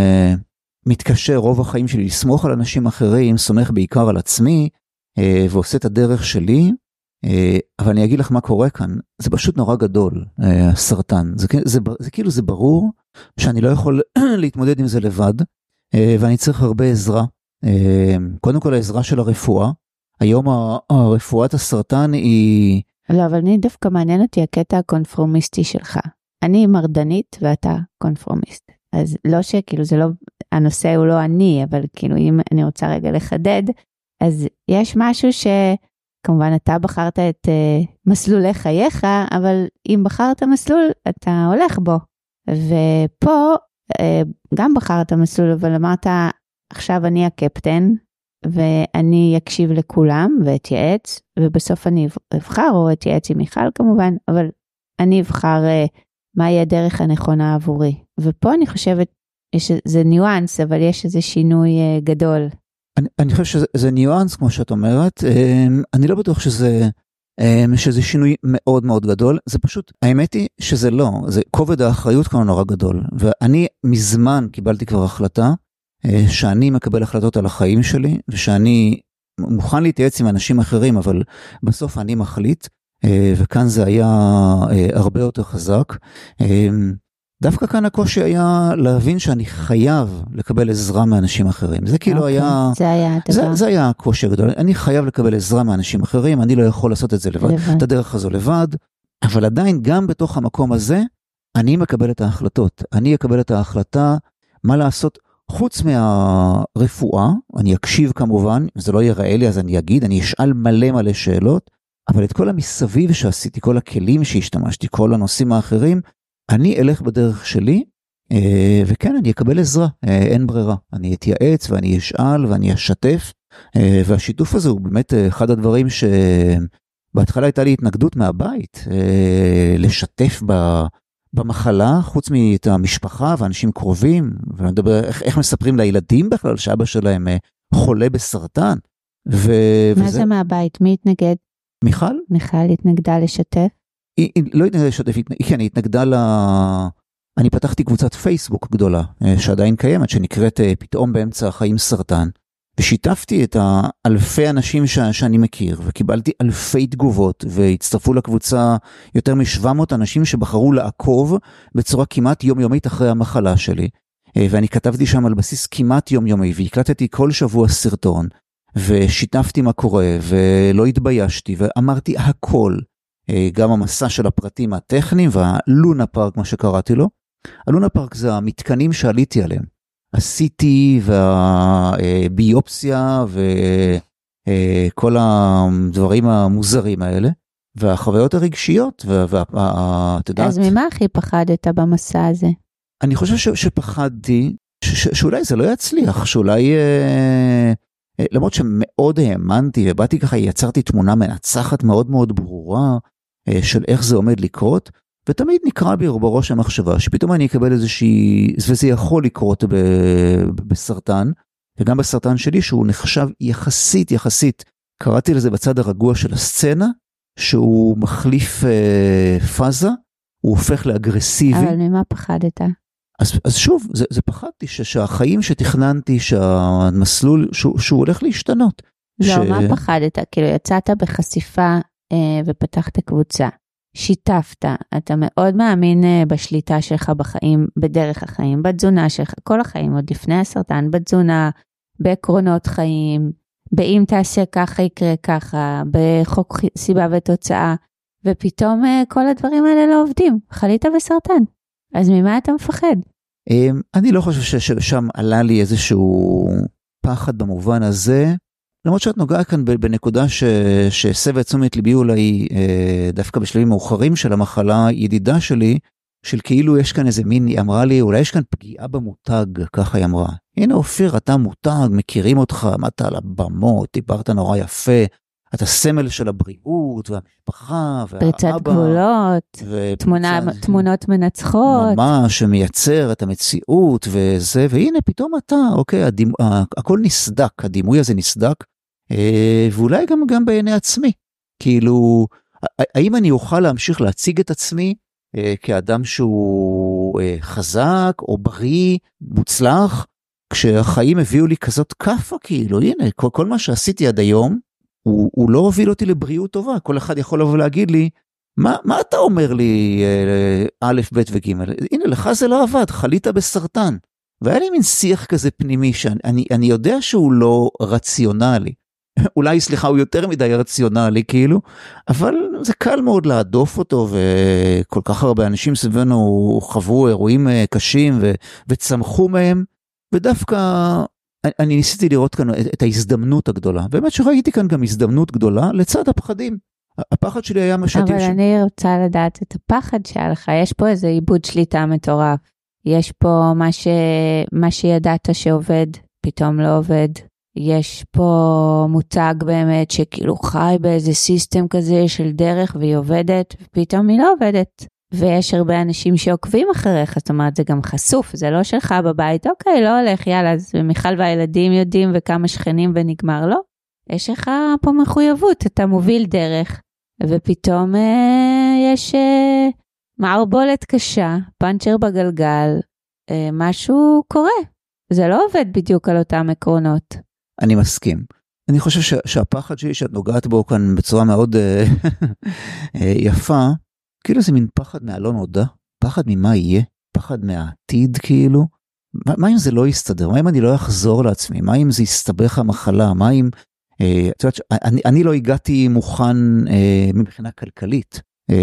מתקשר רוב החיים שלי לסמוך על אנשים אחרים, סומך בעיקר על עצמי, ועושה את הדרך שלי, אבל אני אגיד לך מה קורה כאן, זה פשוט נורא גדול, הסרטן, זה כאילו זה ברור, שאני לא יכול להתמודד עם זה לבד, ואני צריך הרבה עזרה, קודם כל העזרה של הרפואה, היום הרפואת הסרטן היא... לא, אבל אני דווקא מעניין אותי הקטע הקונפורמיסטי שלך, אני מרדנית ואתה קונפורמיסט, אז לא שכאילו זה לא, הנושא הוא לא אני, אבל כאילו אם אני רוצה רגע לחדד, אז יש משהו שכמובן אתה בחרת את מסלולי חייך, אבל אם בחרת מסלול אתה הולך בו, ופה גם בחרת מסלול, אבל אמרת עכשיו אני הקפטן, ואני אקשיב לכולם ואתייעץ, ובסוף אני אבחר, או אתייעץ עם מיכל כמובן, אבל אני אבחר מהי הדרך הנכונה עבורי. ופה אני חושבת, זה ניואנס, אבל יש איזה שינוי גדול. אני חושב שזה ניואנס, כמו שאת אומרת, אני לא בטוח שזה שינוי מאוד מאוד גדול, זה פשוט, האמת היא שזה לא, זה כובד האחריות כבר נורא גדול, ואני מזמן קיבלתי כבר החלטה, שאני מקבל החלטות על החיים שלי, ושאני מוכן להתייעץ עם אנשים אחרים, אבל בסוף אני מחליט, וכאן זה היה הרבה יותר חזק. דווקא כאן הקושי היה להבין שאני חייב לקבל עזרה מאנשים אחרים. זה כאילו היה... זה היה הקושי הגדול. אני חייב לקבל עזרה מאנשים אחרים, אני לא יכול לעשות את זה לבד, את הדרך הזו לבד, אבל עדיין גם בתוך המקום הזה, אני מקבל את ההחלטות. אני אקבל את ההחלטה מה לעשות חוץ מהרפואה, אני אקשיב כמובן, זה לא ייראה לי אז אני אגיד, אני אשאל מלא שאלות, אבל את כל המסביב שעשיתי, כל הכלים שהשתמשתי, כל הנושאים האחרים, אני אלך בדרך שלי, וכן, אני אקבל עזרה, אין ברירה. אני אתייעץ ואני אשאל ואני אשתף, והשיתוף הזה הוא באמת אחד הדברים שבהתחלה הייתה לי התנגדות מהבית, לשתף במחלה, חוץ מאת המשפחה ואנשים קרובים, ואני מדבר איך מספרים לילדים בכלל, שאבא שלהם חולה בסרטן. מה זה מהבית? מי התנגד? מיכל? מיכל התנגדה לשתף? היא לא התנגדה לשתף, כן, היא התנגדה אני פתחתי קבוצת פייסבוק גדולה, שעדיין קיימת, שנקראת פתאום באמצע החיים סרטן, ושיתפתי את האלפי אנשים שאני מכיר, וקיבלתי אלפי תגובות, והצטרפו לקבוצה יותר מ-700 אנשים שבחרו לעקוב בצורה כמעט יומיומית אחרי המחלה שלי, ואני כתבתי שם על בסיס כמעט יומיומי, והקלטתי כל שבוע סרטון, ושיתפתי מה קורה, ולא התביישתי, ואמרתי הכל, גם המסע של הפרטים הטכניים, והלונה פארק, מה שקראתי לו. הלונה פארק זה המתקנים שעליתי עליהם. ה-CT והביופסיה, וכל הדברים המוזרים האלה, והחוויות הרגשיות, אז ממה הכי פחדת במסע הזה? אני חושב שפחדתי, שאולי זה לא יצליח, שאולי... למרות שמאוד האמנתי, ובאתי ככה, יצרתי תמונה מנצחת מאוד מאוד ברורה, של איך זה עומד לקרות, ותמיד נקרא בי בראש המחשבה, שפתאום אני אקבל איזושהי, וזה יכול לקרות בסרטן, וגם בסרטן שלי, שהוא נחשב יחסית, קראתי לזה בצד הרגוע של הסצנה, שהוא מחליף פאזה, הוא הופך לאגרסיבי. אבל ממה פחדת? אז שוב, זה פחדתי שהחיים שתכננתי, שהמסלול, שהוא הולך להשתנות. לא, מה פחדת? כאילו יצאת בחשיפה ופתחת קבוצה, שיתפת, אתה מאוד מאמין בשליטה שלך בחיים, בדרך החיים, בתזונה שלך, כל החיים, עוד לפני הסרטן, בתזונה, בעקרונות חיים, באם תעשה ככה יקרה ככה, בחוק סיבה ותוצאה, ופתאום כל הדברים האלה לא עובדים, חלית בסרטן. אז ממה אתה מפחד? אני לא חושב ששם עלה לי איזשהו פחד במובן הזה, למרות שאת נוגעת כאן בנקודה שהסבה את תשומת ליבי אולי דווקא בשלבים מאוחרים של המחלה, ידידה שלי, של כאילו יש כאן איזה מין, היא אמרה לי, אולי יש כאן פגיעה במותג, ככה היא אמרה. הנה אופיר, אתה מותג, מכירים אותך, עמדת על הבמות, דיברת נורא יפה, אתה סמל של הבריאות, והמשפחה, והאבא. פריצת גבולות, תמונות מנצחות. ממש, שמייצר את המציאות וזה, והנה פתאום אתה, אוקיי, הכל נסדק, הדימוי הזה נסדק, ואולי גם בעיני עצמי. כאילו, האם אני אוכל להמשיך להציג את עצמי, כאדם שהוא חזק או בריא, מוצלח, כשהחיים הביאו לי כזאת קפה, כאילו, הנה, כל מה שעשיתי עד היום, הוא לא הוביל אותי לבריאות טובה, כל אחד יכול לבוא להגיד לי, מה אתה אומר לי א', ב' וג', הנה לך זה לא עבד, חלית בסרטן, והיה לי מין שיח כזה פנימי, שאני יודע שהוא לא רציונלי, אולי סליחה הוא יותר מדי רציונלי כאילו, אבל זה קל מאוד להדוף אותו, וכל כך הרבה אנשים סביבנו חוו אירועים קשים וצמחו מהם, ודווקא אני ניסיתי לראות כאן את ההזדמנות הגדולה, באמת שראיתי כאן גם הזדמנות גדולה לצד הפחדים. הפחד שלי היה משתים. אבל אני רוצה לדעת את הפחד שהיה לך, יש פה איזה עיבוד שליטה מטורף, יש פה מה שידעת שעובד, פתאום לא עובד, יש פה מותג באמת שכאילו חי באיזה סיסטם כזה של דרך והיא עובדת, ופתאום היא לא עובדת. ויש הרבה אנשים שעוקבים אחריך, זאת אומרת, זה גם חשוף, זה לא שלך בבית, אוקיי, לא הולך, יאללה, אז מיכל והילדים יודעים וכמה שכנים ונגמר, לא. יש לך פה מחויבות, אתה מוביל דרך, ופתאום יש מערבולת קשה, פאנצ'ר בגלגל, משהו קורה. זה לא עובד בדיוק על אותם עקרונות. אני מסכים. אני חושב שהפחד שלי שאת נוגעת בו כאן בצורה מאוד יפה, כאילו זה מין פחד מהלא נודע, פחד ממה יהיה, פחד מהעתיד כאילו, מה אם זה לא יסתדר, מה אם אני לא אחזור לעצמי, מה אם זה יסתבך המחלה, מה אם, את יודעת, אני לא הגעתי מוכן מבחינה כלכלית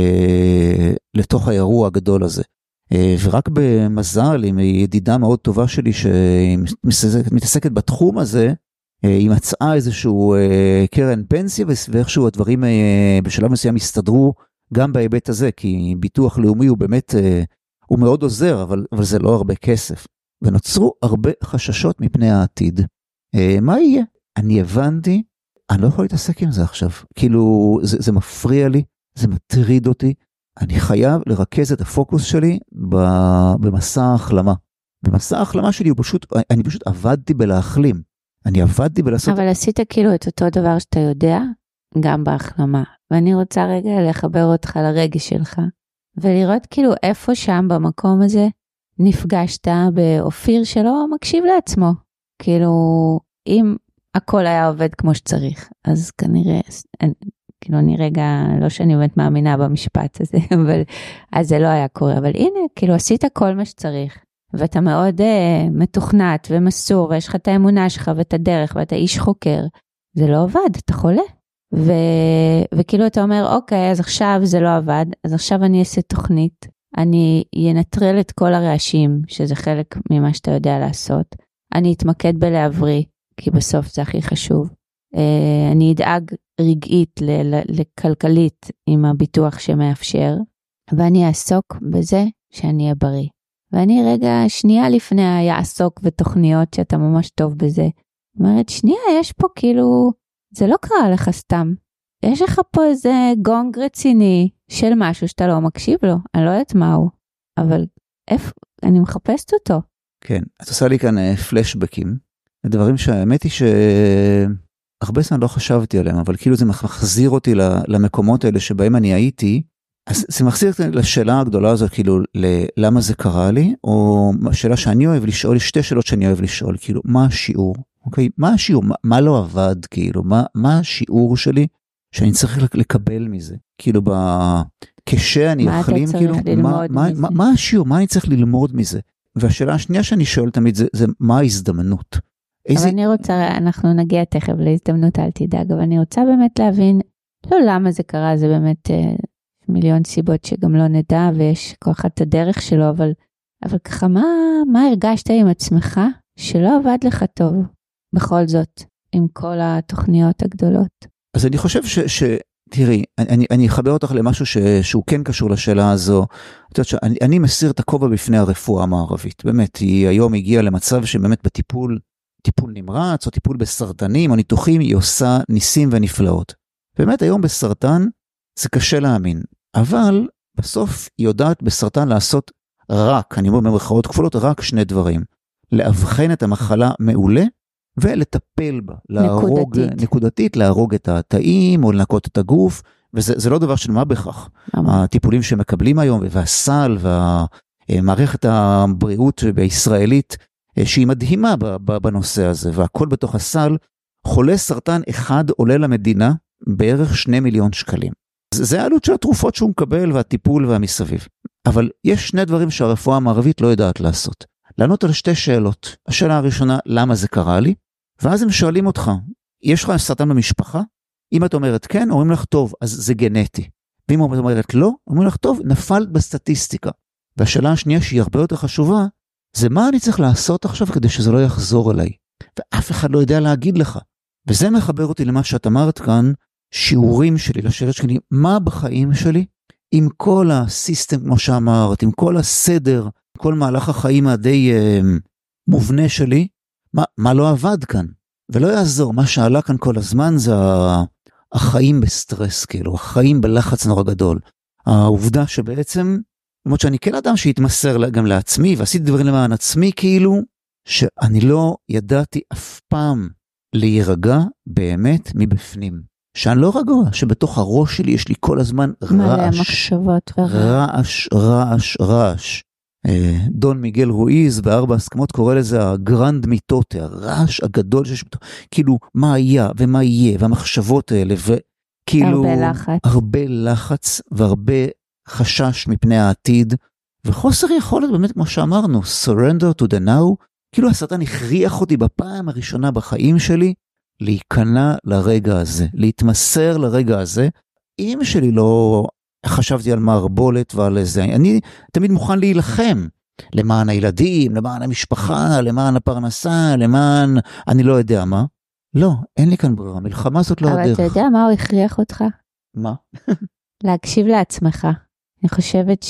לתוך האירוע הגדול הזה, ורק במזל עם ידידה מאוד טובה שלי שמתעסקת בתחום הזה, היא מצאה איזשהו קרן פנסיה ואיכשהו הדברים בשלב מסוים הסתדרו גם בהיבט הזה, כי ביטוח לאומי הוא באמת, הוא מאוד עוזר, אבל זה לא הרבה כסף. ונוצרו הרבה חששות מפני העתיד. מה יהיה? אני הבנתי, אני לא יכול להתעסק עם זה עכשיו. כאילו, זה מפריע לי, זה מטריד אותי. אני חייב לרכז את הפוקוס שלי במסע ההחלמה. במסע ההחלמה שלי אני פשוט עבדתי בלהחלים. אני עבדתי בלעשות... אבל עשית כאילו את אותו דבר שאתה יודע, גם בהחלמה. ואני רוצה רגע לחבר אותך לרגש שלך, ולראות כאילו איפה שם במקום הזה נפגשת באופיר שלא מקשיב לעצמו. כאילו, אם הכל היה עובד כמו שצריך, אז כנראה, כאילו אני רגע, לא שאני באמת מאמינה במשפט הזה, אבל אז זה לא היה קורה, אבל הנה, כאילו עשית כל מה שצריך, ואתה מאוד מתוכנת ומסור, ויש לך את האמונה שלך ואת הדרך, ואתה איש חוקר, זה לא עובד, אתה חולה. וכאילו אתה אומר, אוקיי, אז עכשיו זה לא עבד, אז עכשיו אני אעשה תוכנית, אני ינטרל את כל הרעשים, שזה חלק ממה שאתה יודע לעשות, אני אתמקד בלהבריא, כי בסוף זה הכי חשוב, אני אדאג רגעית לכלכלית עם הביטוח שמאפשר, ואני אעסוק בזה שאני אהיה בריא. ואני רגע שנייה לפני יעסוק בתוכניות שאתה ממש טוב בזה, אומרת שנייה, יש פה כאילו, זה לא קרה לך סתם, יש לך פה איזה גונג רציני של משהו שאתה לא מקשיב לו, אני לא יודעת מהו, אבל איפה, אני מחפשת אותו. כן, את עושה לי כאן פלשבקים, לדברים שהאמת היא שהרבה זמן לא חשבתי עליהם, אבל כאילו זה מחזיר אותי למקומות האלה שבהם אני הייתי, אז זה מחזיר אותי לשאלה הגדולה הזו, כאילו למה זה קרה לי, או שאלה שאני אוהב לשאול, שתי שאלות שאני אוהב לשאול, כאילו מה השיעור, אוקיי? מה השיעור, מה לא עבד, כאילו, מה השיעור שלי שאני צריך לקבל מזה, כאילו כשאני אחלים, כאילו, מה השיעור, מה אני צריך ללמוד מזה? והשאלה השנייה שאני שואל תמיד זה מה ההזדמנות? אבל אני רוצה, אנחנו נגיע תכף להזדמנות, אל תדאג, אבל אני רוצה באמת להבין, לא למה זה קרה, זה באמת מיליון סיבות שגם לא נדע, ויש כל אחד את הדרך שלו, אבל ככה, מה הרגשת עם עצמך שלא עבד לך טוב, בכל זאת? עם כל התוכניות הגדולות. אז אני חושב תראי, אני אחבר אותך למשהו שהוא כן קשור לשאלה הזו. את יודעת שאני מסיר את הכובע בפני הרפואה המערבית. באמת, היא היום הגיעה למצב שבאמת טיפול נמרץ, או טיפול בסרטנים, או ניתוחים, היא עושה ניסים ונפלאות. באמת, היום בסרטן זה קשה להאמין. אבל בסוף היא יודעת בסרטן לעשות רק, אני אומר במרכאות כפולות, רק שני דברים. לאבחן את המחלה מעולה, ולטפל בה, נקודתית, להרוג את התאים או לנקות את הגוף, וזה לא דבר של מה בכך. הטיפולים שמקבלים היום, והסל והמערכת הבריאות הישראלית, שהיא מדהימה בנושא הזה, והכל בתוך הסל, חולה סרטן אחד עולה למדינה בערך 2 מיליון שקלים. זה העלות של התרופות שהוא מקבל והטיפול והמסביב. אבל יש שני דברים שהרפואה המערבית לא יודעת לעשות. לענות על 2 שאלות. השאלה הראשונה, למה זה קרה לי? ואז הם שואלים אותך, יש לך סרטן במשפחה? אם את אומרת כן, אומרים לך טוב, אז זה גנטי. ואם את אומרת לא, אומרים לך טוב, נפלת בסטטיסטיקה. והשאלה השנייה שהיא הרבה יותר חשובה, זה מה אני צריך לעשות עכשיו כדי שזה לא יחזור אליי. ואף אחד לא יודע להגיד לך. וזה מחבר אותי למה שאת אמרת כאן, שיעורים שלי, לשאלות שלי, מה בחיים שלי, עם כל הסיסטם, כמו שאמרת, עם כל הסדר, כל מהלך החיים הדי מובנה שלי, מה לא עבד כאן? ולא יעזור, מה שעלה כאן כל הזמן זה החיים בסטרס, כאילו, החיים בלחץ נורא גדול. העובדה שבעצם, למרות שאני כן אדם שהתמסר גם לעצמי, ועשיתי דברים למען עצמי, כאילו, שאני לא ידעתי אף פעם להירגע באמת מבפנים. שאני לא רגוע, שבתוך הראש שלי יש לי כל הזמן רעש. דון מיגל רואיז בארבע הסכמות קורא לזה הגרנד מיטוטה, הרעש הגדול שיש בתוך, כאילו מה היה ומה יהיה, והמחשבות האלה, וכאילו הרבה לחץ והרבה חשש מפני העתיד, וחוסר יכולת באמת כמו שאמרנו, surrender to the now, כאילו הסרטן הכריח אותי בפעם הראשונה בחיים שלי, להיכנע לרגע הזה, להתמסר לרגע הזה. אמא שלי לא חשבתי על מערבולת ועל זה, אני תמיד מוכן להילחם, למען הילדים, למען המשפחה, למען הפרנסה, למען, אני לא יודע מה. לא, אין לי כאן ברירה, המלחמה זאת לא הדרך. אבל אתה יודע מה הוא הכריח אותך? מה? להקשיב לעצמך. אני חושבת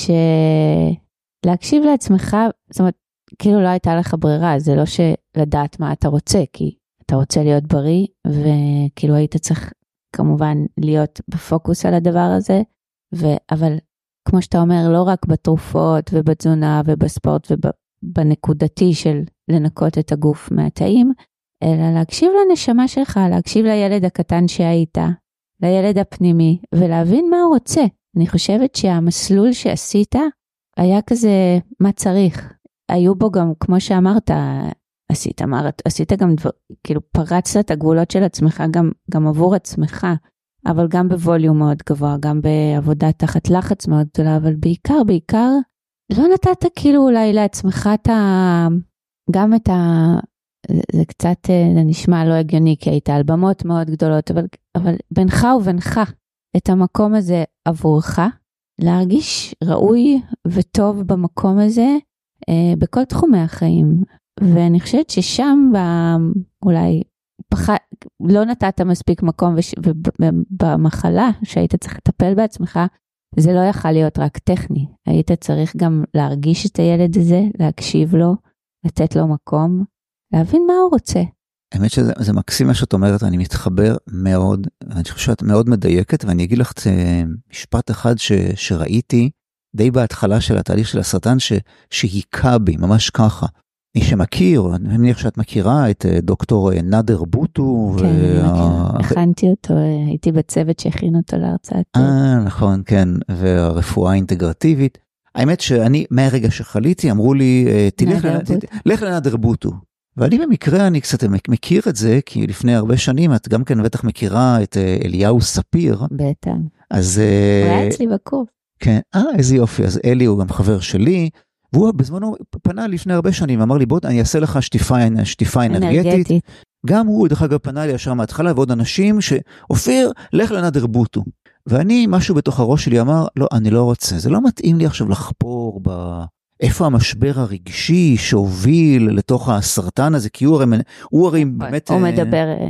להקשיב לעצמך, זאת אומרת, כאילו לא הייתה לך ברירה, זה לא שלדעת מה אתה רוצה, כי אתה רוצה להיות בריא, וכאילו היית צריך כמובן להיות בפוקוס על הדבר הזה, אבל כמו שאתה אומר, לא רק בתרופות ובתזונה ובספורט ובנקודתי של לנקות את הגוף מהתאים, אלא להקשיב לנשמה שלך, להקשיב לילד הקטן שהיית, לילד הפנימי, ולהבין מה הוא רוצה. אני חושבת שהמסלול שעשית היה כזה מה צריך. היו בו גם, כמו שאמרת, עשית גם כאילו פרצת את הגבולות של עצמך, גם עבור עצמך, אבל גם בווליום מאוד גבוה, גם בעבודה תחת לחץ מאוד גדולה, אבל בעיקר, לא נתת כאילו אולי לעצמך גם את זה קצת, זה נשמע לא הגיוני, כי היית על במות מאוד גדולות, אבל בינך ובינך, את המקום הזה עבורך, להרגיש ראוי וטוב במקום הזה, בכל תחומי החיים. ואני חושבת ששם אולי לא נתת מספיק מקום, ובמחלה שהיית צריך לטפל בעצמך, זה לא יכל להיות רק טכני. היית צריך גם להרגיש את הילד הזה, להקשיב לו, לתת לו מקום, להבין מה הוא רוצה. האמת שזה מקסים מה שאת אומרת, אני מתחבר מאוד, אני חושב שאת מאוד מדייקת, ואני אגיד לך משפט אחד שראיתי, די בהתחלה של התהליך של הסרטן, שהיכה בי, ממש ככה. מי שמכיר, אני מניח שאת מכירה את דוקטור נאדר בוטו. כן, אני מכירה. הכנתי אותו, הייתי בצוות שהכין אותו להרצאת. נכון, כן, והרפואה האינטגרטיבית. האמת שאני, מהרגע שחליתי, אמרו לי, לך לנאדר בוטו. ואני במקרה, אני קצת מכיר את זה, כי לפני הרבה שנים, את גם כן בטח מכירה את אליהו ספיר. בטח. אז... הוא היה אצלי בקורס. כן, איזה יופי, אז אלי הוא גם חבר שלי, והוא בזמנו פנה לפני הרבה שנים, אמר לי, בוא, אני אעשה לך שטיפה אנרגטית. גם הוא, דרך אגב, פנה לי ישר מההתחלה, ועוד אנשים שאופיר, לך לנאדר בוטו. ואני, משהו בתוך הראש שלי אמר, לא, אני לא רוצה, זה לא מתאים לי עכשיו לחפור איפה המשבר הרגשי שהוביל לתוך הסרטן הזה, כי הוא הרי באמת... הוא מדבר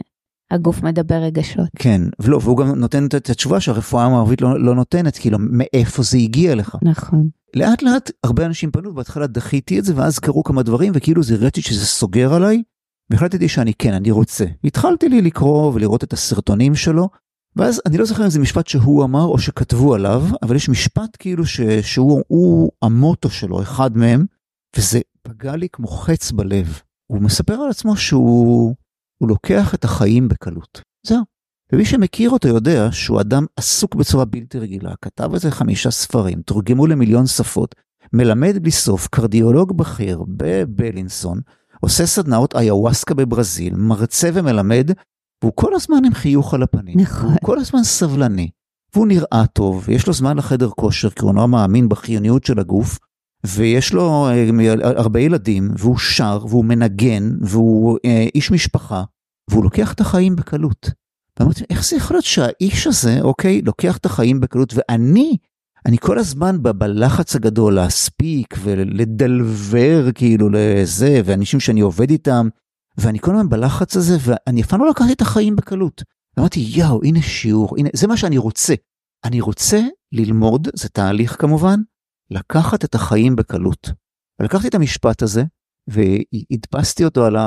הגוף מדבר רגשות. כן, והוא גם נותן את התשובה שהרפואה המערבית לא נותנת, כאילו מאיפה זה הגיע לך. נכון. לאט לאט הרבה אנשים פנו, בהתחלה דחיתי את זה, ואז קרו כמה דברים, וכאילו זה הרגשתי שזה סוגר עליי, והחלטתי אני רוצה. התחלתי לי לקרוא ולראות את הסרטונים שלו, ואז אני לא זוכר אם זה משפט שהוא אמר, או שכתבו עליו, אבל יש משפט כאילו שהוא המוטו שלו, אחד מהם, וזה פגע לי כמו חץ בלב. הוא מספר על עצמו שהוא לוקח את החיים בקלות. זהו. ומי שמכיר אותו יודע שהוא אדם עסוק בצורה בלתי רגילה, כתב איזה 5 ספרים, תורגמו ל1,000,000 שפות, מלמד בלי סוף, קרדיולוג בכיר בבלינסון, עושה סדנאות איוואסקה בברזיל, מרצה ומלמד, והוא כל הזמן עם חיוך על הפנים. נכון. הוא כל הזמן סבלני, והוא נראה טוב, ויש לו זמן לחדר כושר, כי הוא נורא מאמין בחיוניות של הגוף, ויש לו הרבה ילדים, והוא שר, והוא מנגן, והוא איש משפחה, והוא לוקח את החיים בקלות. ואמרתי, איך זה יכול להיות שהאיש הזה, אוקיי, לוקח את החיים בקלות, ואני כל הזמן בלחץ הגדול להספיק, ולדלבר כאילו לזה, ואנשים שאני עובד איתם, ואני כל הזמן בלחץ הזה, ואני אפילו לא לקחתי את החיים בקלות. ואמרתי, יאו, הנה שיעור, הנה, זה מה שאני רוצה. אני רוצה ללמוד, זה תהליך כמובן, לקחת את החיים בקלות. ולקחתי את המשפט הזה, והדפסתי אותו על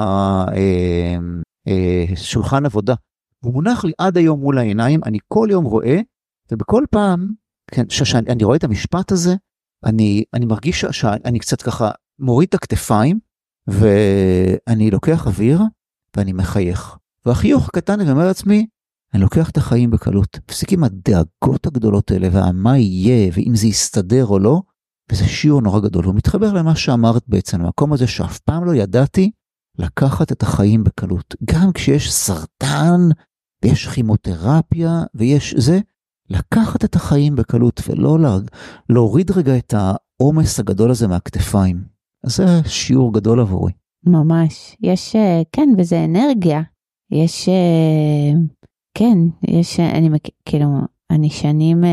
השולחן עבודה. הוא מונח לי עד היום מול העיניים, אני כל יום רואה, ובכל פעם, שאני רואה את המשפט הזה, אני מרגיש שאני קצת ככה מוריד את הכתפיים, ואני לוקח אוויר, ואני מחייך. והחיוך קטן ואומר לעצמי, אני לוקח את החיים בקלות. מפסיק עם הדאגות הגדולות האלה, ומה יהיה, ואם זה יסתדר או לא, וזה שיעור נורא גדול. הוא מתחבר למה שאמרת בעצם, המקום הזה שאף פעם לא ידעתי, לקחת את החיים בקלות. גם כשיש סרטן, ויש כימותרפיה, ויש זה, לקחת את החיים בקלות, ולא להוריד רגע את העומס הגדול הזה מהכתפיים. אז זה שיעור גדול עבורי. ממש. יש, כן, וזה אנרגיה. יש, כן, יש, אני שנים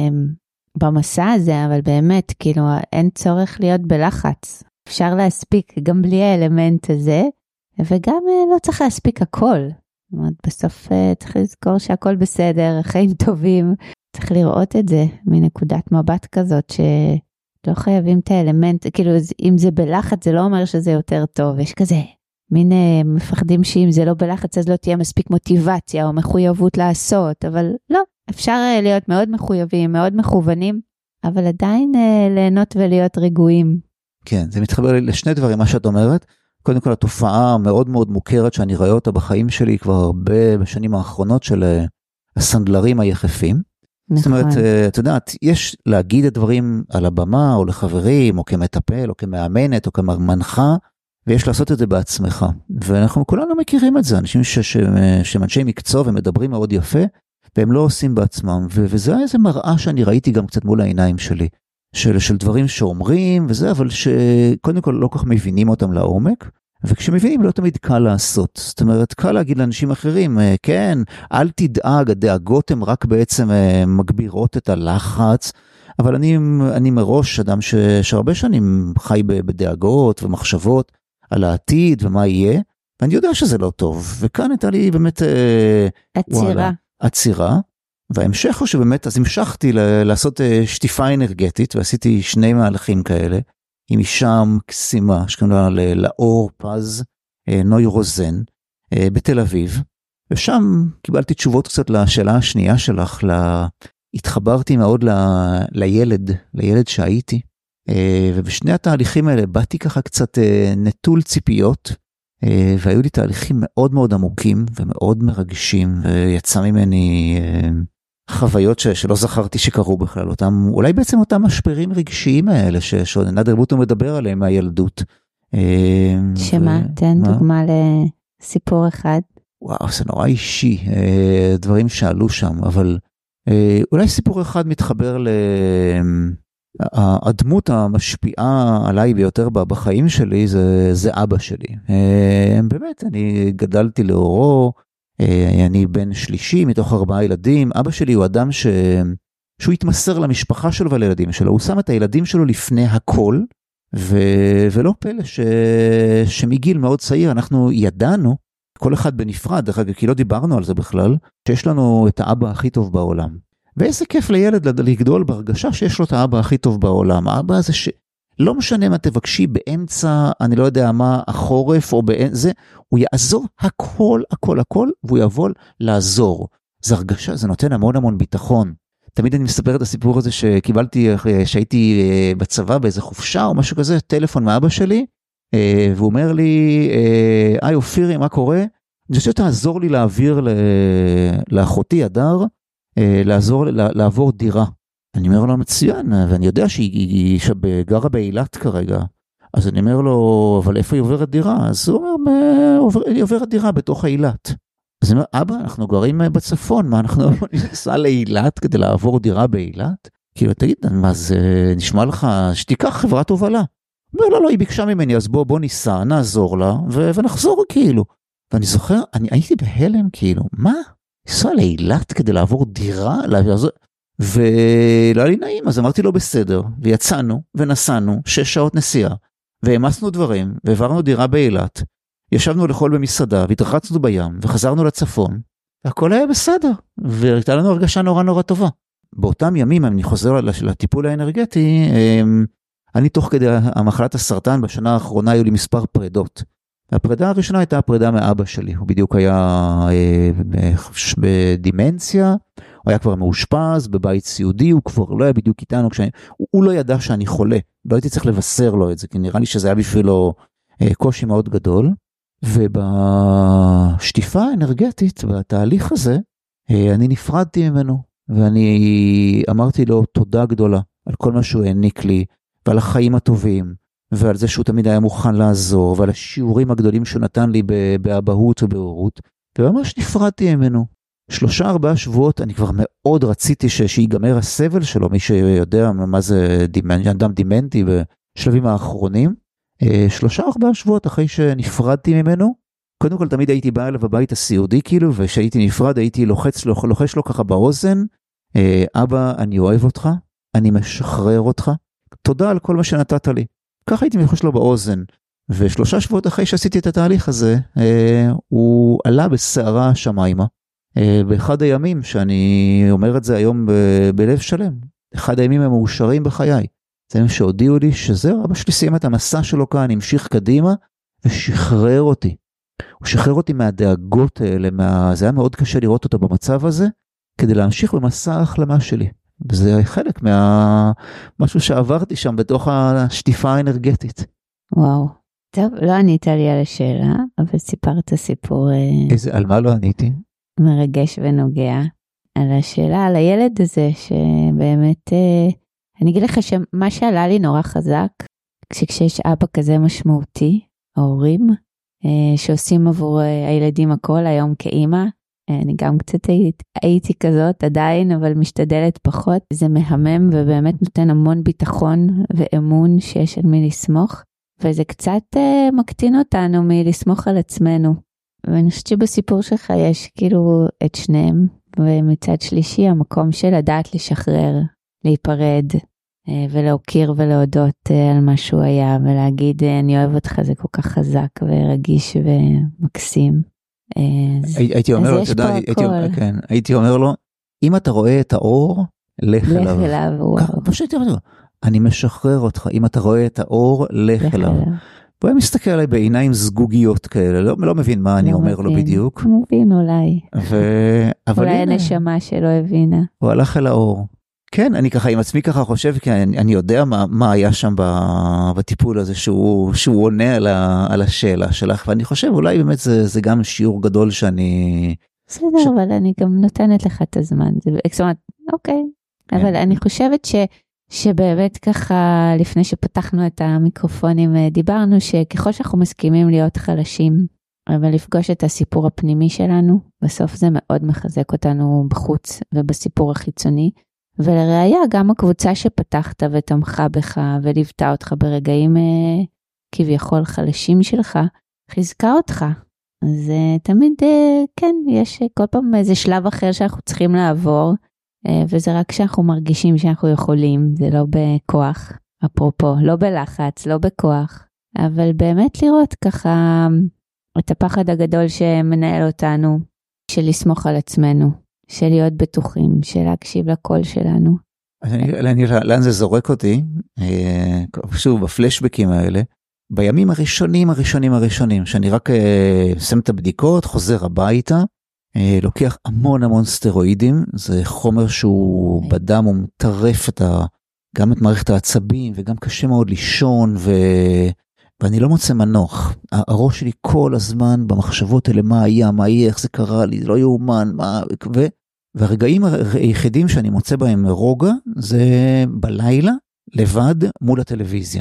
במסע הזה, אבל באמת, כאילו, אין צורך להיות בלחץ. אפשר להספיק גם בלי האלמנט הזה, וגם לא צריך להספיק הכל. זאת אומרת, בסוף צריך לזכור שהכל בסדר, חיים טובים. צריך לראות את זה מנקודת מבט כזאת, שלא חייבים את האלמנט, כאילו, אם זה בלחץ, זה לא אומר שזה יותר טוב. יש כזה, מין מפחדים שאם זה לא בלחץ, אז לא תהיה מספיק מוטיבציה או מחויבות לעשות, אבל לא. אפשר להיות מאוד מחויבים, מאוד מכוונים, אבל עדיין ליהנות ולהיות רגועים. כן, זה מתחבר לשני דברים, מה שאת אומרת. קודם כל, התופעה מאוד מאוד מוכרת, שאני רואה אותה בחיים שלי כבר הרבה בשנים האחרונות של הסנדלרים היחפים. נכון. זאת אומרת, את יודעת, יש להגיד את דברים על הבמה, או לחברים, או כמטפל, או כמאמנת, או כמנחה, ויש לעשות את זה בעצמך. ואנחנו כולנו מכירים את זה, אנשים שהם אנשי מקצוע ומדברים מאוד יפה, והם לא עושים בעצמם, וזה איזה מראה שאני ראיתי גם קצת מול העיניים שלי, של דברים שאומרים וזה, אבל שקודם כל לא כך מבינים אותם לעומק, וכשמבינים לא תמיד קל לעשות. זאת אומרת, קל להגיד לאנשים אחרים, כן, אל תדאג, הדאגות הן רק בעצם מגבירות את הלחץ, אבל אני מראש אדם שהרבה שנים חי בדאגות ומחשבות על העתיד ומה יהיה, ואני יודע שזה לא טוב, וכאן הייתה לי באמת עצירה, וההמשך הוא שבאמת, אז המשכתי לעשות שטיפה אנרגטית, ועשיתי 2 מהלכים כאלה, עם אישה מקסימה, שקוראים לה לאור פז, נוי רוזן, בתל אביב, ושם קיבלתי תשובות קצת לשאלה השנייה שלך, התחברתי מאוד לילד שהייתי, ובשני התהליכים האלה באתי ככה קצת נטול ציפיות, והיו לי תהליכים מאוד מאוד עמוקים ומאוד מרגשים, ויצא ממני חוויות שלא זכרתי שקרו בכלל, אולי בעצם אותם משברים רגשיים האלה, שעוד נדר בוטו מדבר עליהם מהילדות. שמה? תן דוגמה לסיפור אחד. וואו, זה נורא אישי, דברים שעלו שם, אבל אולי סיפור אחד מתחבר הדמות המשפיעה עליי ביותר בחיים שלי, זה אבא שלי. באמת, אני גדלתי לאורו, אני בן שלישי מתוך 4 ילדים, אבא שלי הוא אדם שהוא התמסר למשפחה שלו ולילדים שלו, הוא שם את הילדים שלו לפני הכל, ולא פלא שמגיל מאוד צעיר אנחנו ידענו כל אחד בנפרד, כי לא דיברנו על זה בכלל, שיש לנו את האבא הכי טוב בעולם. ואיזה כיף לילד לגדול בהרגשה שיש לו את האבא הכי טוב בעולם. האבא הזה לא משנה מה תבקשי באמצע, אני לא יודע מה, החורף או זה, הוא יעזור הכל, הכל, הכל, והוא יבוא לעזור. זה הרגשה, זה נותן המון המון ביטחון. תמיד אני מספר את הסיפור הזה שקיבלתי, שהייתי בצבא באיזה חופשה או משהו כזה, טלפון מאבא שלי, והוא אומר לי, היי אופירי, מה קורה? אני חושב שתעזור לי להעביר לאחותי הדר, לעבור דירה. אני אומר לו מצוין, ואני יודע שהיא גרה באילת כרגע, אז אני אומר לו, אבל איפה היא עוברת דירה? אז הוא אומר, היא עוברת דירה בתוך האילת. אז אני אומר, אבא, אנחנו גרים בצפון, מה אנחנו ניסע לאילת כדי לעבור דירה באילת? כאילו, תגיד, מה זה נשמע לך, שתיקח חברת הובלה. הוא אומר, לא, היא ביקשה ממני, אז בוא ניסע, נעזור לה, ונחזור כאילו. ואני זוכר, אני הייתי בהלם כאילו, מה? ניסע לאילת כדי לעבור דירה? ולא היה לי נעים, אז אמרתי לו בסדר, ויצאנו ונסענו 6 שעות נסיעה, והמסנו דברים, והעברנו דירה באילת, ישבנו לאכול במסעדה, והתרחצנו בים, וחזרנו לצפון, והכל היה בסדר, והייתה לנו הרגשה נורא נורא טובה. באותם ימים, אני חוזר לטיפול האנרגטי, אני תוך כדי המחלת הסרטן, בשנה האחרונה היו לי מספר פרדות. הפרידה הראשונה הייתה הפרידה מאבא שלי, הוא בדיוק היה בדימנציה, הוא היה כבר מאושפז בבית סיעודי, הוא כבר לא היה בדיוק איתנו, הוא לא ידע שאני חולה, לא הייתי צריך לבשר לו את זה, כי נראה לי שזה היה בשבילו קושי מאוד גדול, ובשטיפה האנרגטית, בתהליך הזה, אני נפרדתי ממנו, ואני אמרתי לו תודה גדולה, על כל מה שהוא העניק לי, ועל החיים הטובים, ועל זה שהוא תמיד היה מוכן לעזור, ועל השיעורים הגדולים שהוא נתן לי באבהות ובהורות, וממש נפרדתי ממנו. 3-4 שבועות, אני כבר מאוד רציתי שיגמר הסבל שלו, מי שיודע מה זה אדם דימנטי בשלבים האחרונים. 3-4 שבועות אחרי שנפרדתי ממנו, קודם כל תמיד הייתי בא אליו בבית הסיעודי כאילו, ושהייתי נפרד הייתי לוחש לו ככה באוזן, אבא אני אוהב אותך, אני משחרר אותך, תודה על כל מה שנתת לי. ככה הייתי מחוש לו באוזן, ו3 שבועות אחרי שעשיתי את התהליך הזה, הוא עלה בסערה השמיימה, באחד הימים, שאני אומר את זה היום בלב שלם, אחד הימים המאושרים בחיי, זה הם שהודיעו לי שזהו, אבא שלי סיים את המסע שלו כאן, המשיך קדימה, ושחרר אותי. הוא שחרר אותי מהדאגות האלה, זה היה מאוד קשה לראות אותו במצב הזה, כדי להמשיך במסע ההחלמה שלי. וזה חלק משהו שעברתי שם בתוך השטיפה האנרגטית. וואו. טוב, לא ענית לי על השאלה, אבל סיפרת סיפור... על מה לא עניתי? מרגש ונוגע. על השאלה, על הילד הזה, שבאמת... אני אגיד לך שמה שעלה לי נורא חזק, כשיש אבא כזה משמעותי, ההורים, שעושים עבור הילדים הכל, היום כאימא, אני גם קצת הייתי כזאת עדיין, אבל משתדלת פחות. זה מהמם ובאמת נותן המון ביטחון ואמון שיש על מי לסמוך, וזה קצת מקטין אותנו מלסמוך על עצמנו. ואני חושבת שבסיפור שלך יש כאילו את שניהם, ומצד שלישי המקום של לדעת לשחרר, להיפרד, ולהוקיר ולהודות על מה שהוא היה, ולהגיד אני אוהב אותך, זה כל כך חזק ורגיש ומקסים. הייתי אומר לו, אם אתה רואה את האור, לך אליו. אני משחרר אותך, אם אתה רואה את האור, לך אליו. הוא היה מסתכל עליי בעיניים זגוגיות כאלה, לא מבין מה אני אומר לו בדיוק. הוא מבין אולי. אולי הנשמה שלו הבינה. הוא הלך אל האור. כן, אני ככה עם עצמי ככה חושב, כי אני יודע מה היה שם בטיפול הזה, שהוא עונה על השאלה שלך, ואני חושב אולי באמת זה גם שיעור גדול שאני... בסדר, אבל אני גם נותנת לך את הזמן. זאת אומרת, אוקיי. אבל אני חושבת שבאמת ככה, לפני שפתחנו את המיקרופונים, דיברנו שככל שאנחנו מסכימים להיות חלשים, אבל לפגוש את הסיפור הפנימי שלנו, בסוף זה מאוד מחזק אותנו בחוץ ובסיפור החיצוני, ולראיה גם הקבוצה שפתחת ותמכה בך וליוותה אותך ברגעים כביכול חלשים שלך, חיזקה אותך. אז תמיד כן, יש כל פעם איזה שלב אחר שאנחנו צריכים לעבור, וזה רק שאנחנו מרגישים שאנחנו יכולים, זה לא בכוח, אפרופו, לא בלחץ, לא בכוח, אבל באמת לראות ככה את הפחד הגדול שמנהל אותנו, של לסמוך על עצמנו, של להיות בטוחים, של להקשיב לקול שלנו. לאן זה זורק אותי? שוב, בפלשבקים האלה, בימים הראשונים, שאני רק שם את הבדיקות, חוזר הביתה, לוקח המון סטרואידים, זה חומר שהוא בדם, הוא מטרף גם את מערכת העצבים, וגם קשה מאוד לישון, ואני לא מוצא מנוח. הראש שלי כל הזמן במחשבות האלה, מה היה, איך זה קרה לי, זה לא יאומן, והרגעים היחידים שאני מוצא בהם רוגע, זה בלילה, לבד, מול הטלוויזיה.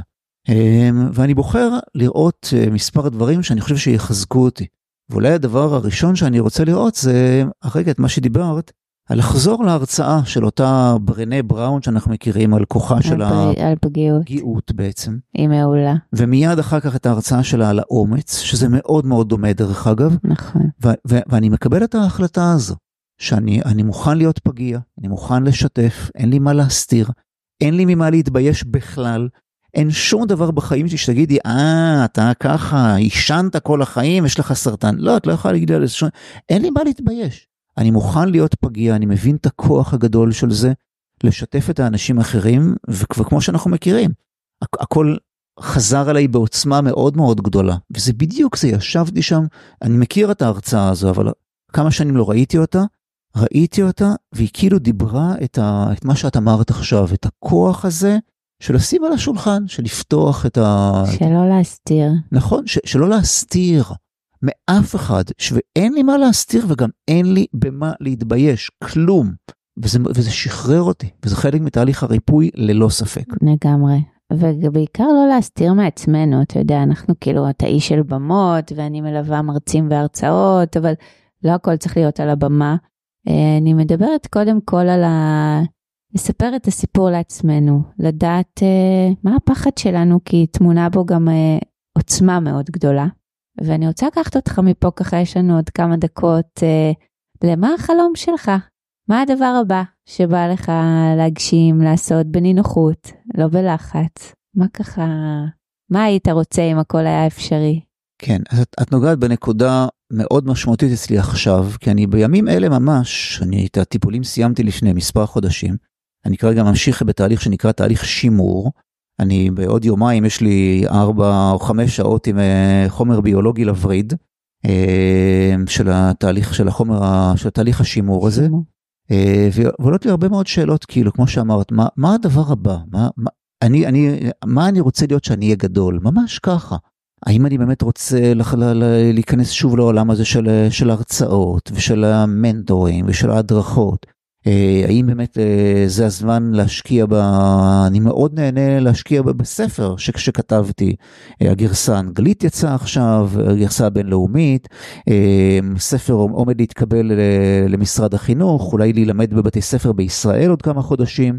ואני בוחר לראות מספר דברים שאני חושב שיחזקו אותי. ואולי הדבר הראשון שאני רוצה לראות זה, הרגע את מה שדיברת, על לחזור להרצאה של אותה ברנה בראון שאנחנו מכירים על כוחה של הפגיעות בעצם. היא מעולה. ומיד אחר כך את ההרצאה שלה על האומץ, שזה מאוד דומה דרך אגב. נכון. ואני מקבל את ההחלטה הזו, שאני מוכן להיות פגיע, אני מוכן לשתף, אין לי מה להסתיר, אין לי ממה להתבייש בכלל, אין שום דבר בחיים שתגידי, אתה ככה, ישנת כל החיים, יש לך סרטן. לא, את לא יכולה להגיד על זה, אין לי מה להתבייש. אני מוכן להיות פגיע, אני מבין את הכוח הגדול של זה, לשתף את האנשים האחרים, וכמו שאנחנו מכירים, הכל חזר עליי בעוצמה מאוד גדולה, וזה בדיוק זה, ישבתי שם, אני מכיר את ההרצאה הזו, אבל כמה שנים לא ראיתי אותה, והיא כאילו דיברה את מה שאת אמרת עכשיו, את הכוח הזה, של לשים על השולחן, של לפתוח שלא להסתיר. נכון, שלא להסתיר מאף אחד, ואין לי מה להסתיר, וגם אין לי במה להתבייש, כלום. וזה שחרר אותי, וזה חלק מתהליך הריפוי ללא ספק. לגמרי. ובעיקר לא להסתיר מעצמנו, אתה יודע, אנחנו כאילו את האיש של במות, ואני מלווה מרצים והרצאות, אבל לא הכל צריך להיות על הבמה. אני מדברת קודם כל על לספר את הסיפור לעצמנו, לדעת מה הפחד שלנו, כי תמונה בו גם עוצמה מאוד גדולה. ואני רוצה לקחת אותך מפה, ככה יש לנו עוד כמה דקות, למה החלום שלך? מה הדבר הבא שבא לך להגשים, לעשות בנינוחות, לא בלחץ? מה היית רוצה אם הכל היה אפשרי? כן, אז את נוגעת בנקודה מאוד משמעותית אצלי עכשיו, כי אני בימים אלה ממש, את הטיפולים סיימתי לפני מספר חודשים, אני כרגע ממשיך בתהליך שנקרא תהליך שימור, אני בעוד יומיים יש לי 4 או 5 שעות עם חומר ביולוגי לווריד, של התהליך של התהליך השימור הזה, ועולות לי הרבה מאוד שאלות, כאילו, כמו שאמרת, מה הדבר הבא? מה אני רוצה להיות שאני אהיה גדול? ממש ככה. האם אני באמת רוצה להיכנס שוב לעולם הזה של הרצאות, ושל המנטורים, ושל ההדרכות? האם באמת זה הזמן להשקיע אני מאוד נהנה להשקיע בספר שכתבתי, הגרסה האנגלית יצאה עכשיו, הגרסה הבינלאומית, ספר עומד להתקבל למשרד החינוך, אולי להילמד בבתי ספר בישראל עוד כמה חודשים,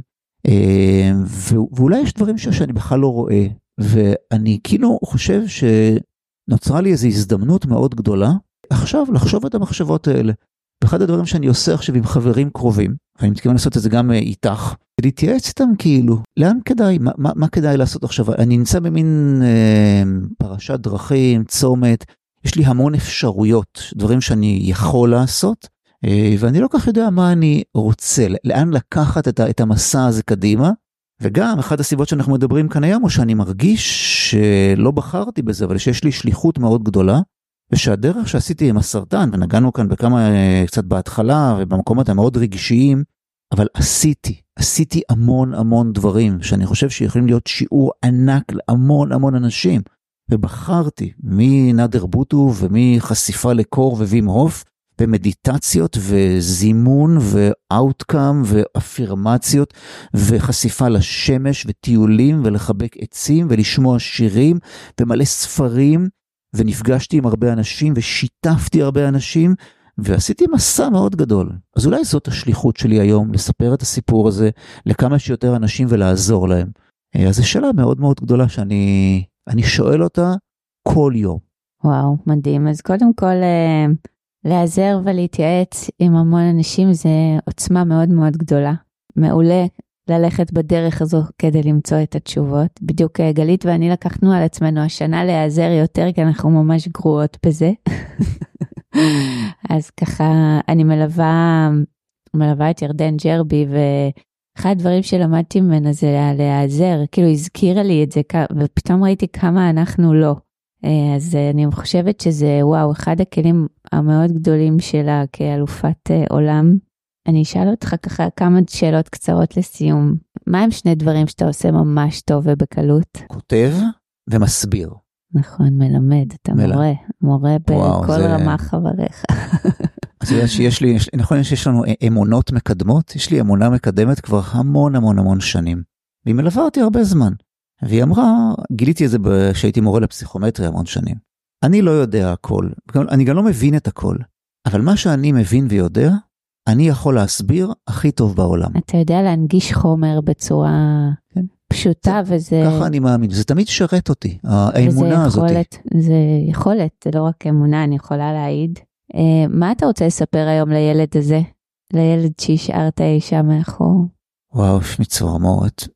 ואולי יש דברים שאני בכלל לא רואה, ואני כאילו חושב שנוצרה לי איזו הזדמנות מאוד גדולה, עכשיו לחשוב את המחשבות האלה. ואחד הדברים שאני עושה עכשיו עם חברים קרובים, ואני מתכוון לעשות את זה גם איתך, להתייעץ איתם כאילו, לאן כדאי, מה כדאי לעשות עכשיו? אני נמצא במין פרשת דרכים, צומת, יש לי המון אפשרויות, דברים שאני יכול לעשות, ואני לא כך יודע מה אני רוצה, לאן לקחת את המסע הזה קדימה, וגם אחת הסיבות שאנחנו מדברים כאן היום, הוא שאני מרגיש שלא בחרתי בזה, אבל שיש לי שליחות מאוד גדולה, ושהדרך שעשיתי עם הסרטן, ונגענו כאן בכמה קצת בהתחלה, ובמקומות המאוד רגשיים, אבל עשיתי המון דברים, שאני חושב שיכולים להיות שיעור ענק להמון אנשים, ובחרתי מנאדר בוטו, ומחשיפה לקור ווים הוף, ומדיטציות וזימון ואוטקאם ואפירמציות וחשיפה לשמש וטיולים ולחבק עצים ולשמוע שירים ומלא ספרים, ונפגשתי עם הרבה אנשים ושיתפתי הרבה אנשים ועשיתי מסע מאוד גדול. אז אולי זאת השליחות שלי היום, לספר את הסיפור הזה לכמה שיותר אנשים ולעזור להם. אז זו שאלה מאוד גדולה שאני שואל אותה כל יום. וואו, מדהים. אז קודם כל להיעזר ולהתייעץ עם המון אנשים זה עוצמה מאוד גדולה. מעולה ללכת בדרך הזו כדי למצוא את התשובות. בדיוק גלית ואני לקחנו על עצמנו השנה להיעזר יותר, כי אנחנו ממש גרועות בזה. אז ככה אני מלווה את ירדן ג'רבי, ואחד הדברים שלמדתי ממנה זה להיעזר, כאילו הזכירה לי את זה, ופתאום ראיתי כמה אנחנו לא. אז אני חושבת שזה, וואו, אחד הכלים המאוד גדולים שלה כאלופת עולם. אני אשאל אותך ככה כמה שאלות קצרות לסיום. מה הם שני דברים שאתה עושה ממש טוב ובקלות? כותב ומסביר. נכון, מלמד, אתה מורה בכל רמה חבריך. אז שיש לי, נכון שיש לנו אמונות מקדמות, יש לי אמונה מקדמת כבר המון שנים. והיא מלווה אותי הרבה זמן. והיא אמרה, גיליתי את זה כשהייתי מורה לפסיכומטרי המון שנים. אני לא יודע הכל, אני גם לא מבין את הכל, אבל מה שאני מבין ויודע, אני יכול להסביר הכי טוב בעולם. אתה יודע להנגיש חומר בצורה פשוטה, וזה... ככה אני מאמין, זה תמיד שרת אותי, האמונה הזאת. זה יכולת, זה לא רק אמונה, אני יכולה להעיד. מה אתה רוצה לספר היום לילד הזה? לילד שהשארת אישה מאחור? וואו, שמי צמרמורת.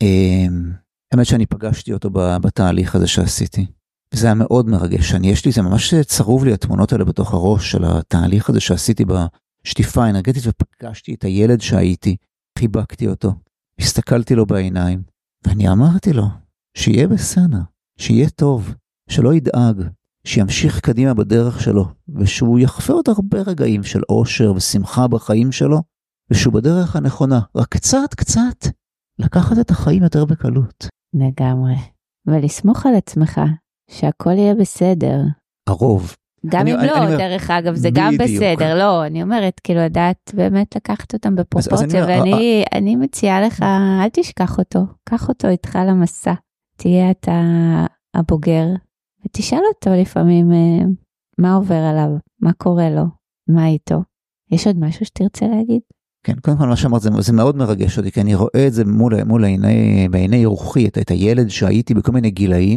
האמת שאני פגשתי אותו בתהליך הזה שעשיתי. וזה היה מאוד מרגש. זה ממש צרוב לי התמונות האלה בתוך הראש של התהליך הזה שעשיתי בשטיפה האנרגטית, ופגשתי את הילד שהייתי, חיבקתי אותו, הסתכלתי לו בעיניים, ואני אמרתי לו, שיהיה בסדר, שיהיה טוב, שלא ידאג, שימשיך קדימה בדרך שלו, ושהוא יחווה עוד הרבה רגעים של אושר ושמחה בחיים שלו, ושהוא בדרך הנכונה, רק קצת, לקחת את החיים יותר בקלות. לגמרי. ולסמוך על עצמך, שהכל יהיה בסדר. הרוב. גם אם לא, דרך אגב, זה גם בסדר. לא, אני אומרת, כאילו, לדעת באמת לקחת אותם בפרופורציה, ואני מציעה לך, אל תשכח אותו, קח אותו איתך למסע. תהיה אתה הבוגר, ותשאל אותו לפעמים מה עובר עליו, מה קורה לו, מה איתו. יש עוד משהו שתרצה להגיד? כן, קודם כל מה שאמרת, זה מאוד מרגש אותי, כי אני רואה את זה מול בעיני רוחי, את הילד שהייתי בכל מיני גילאים,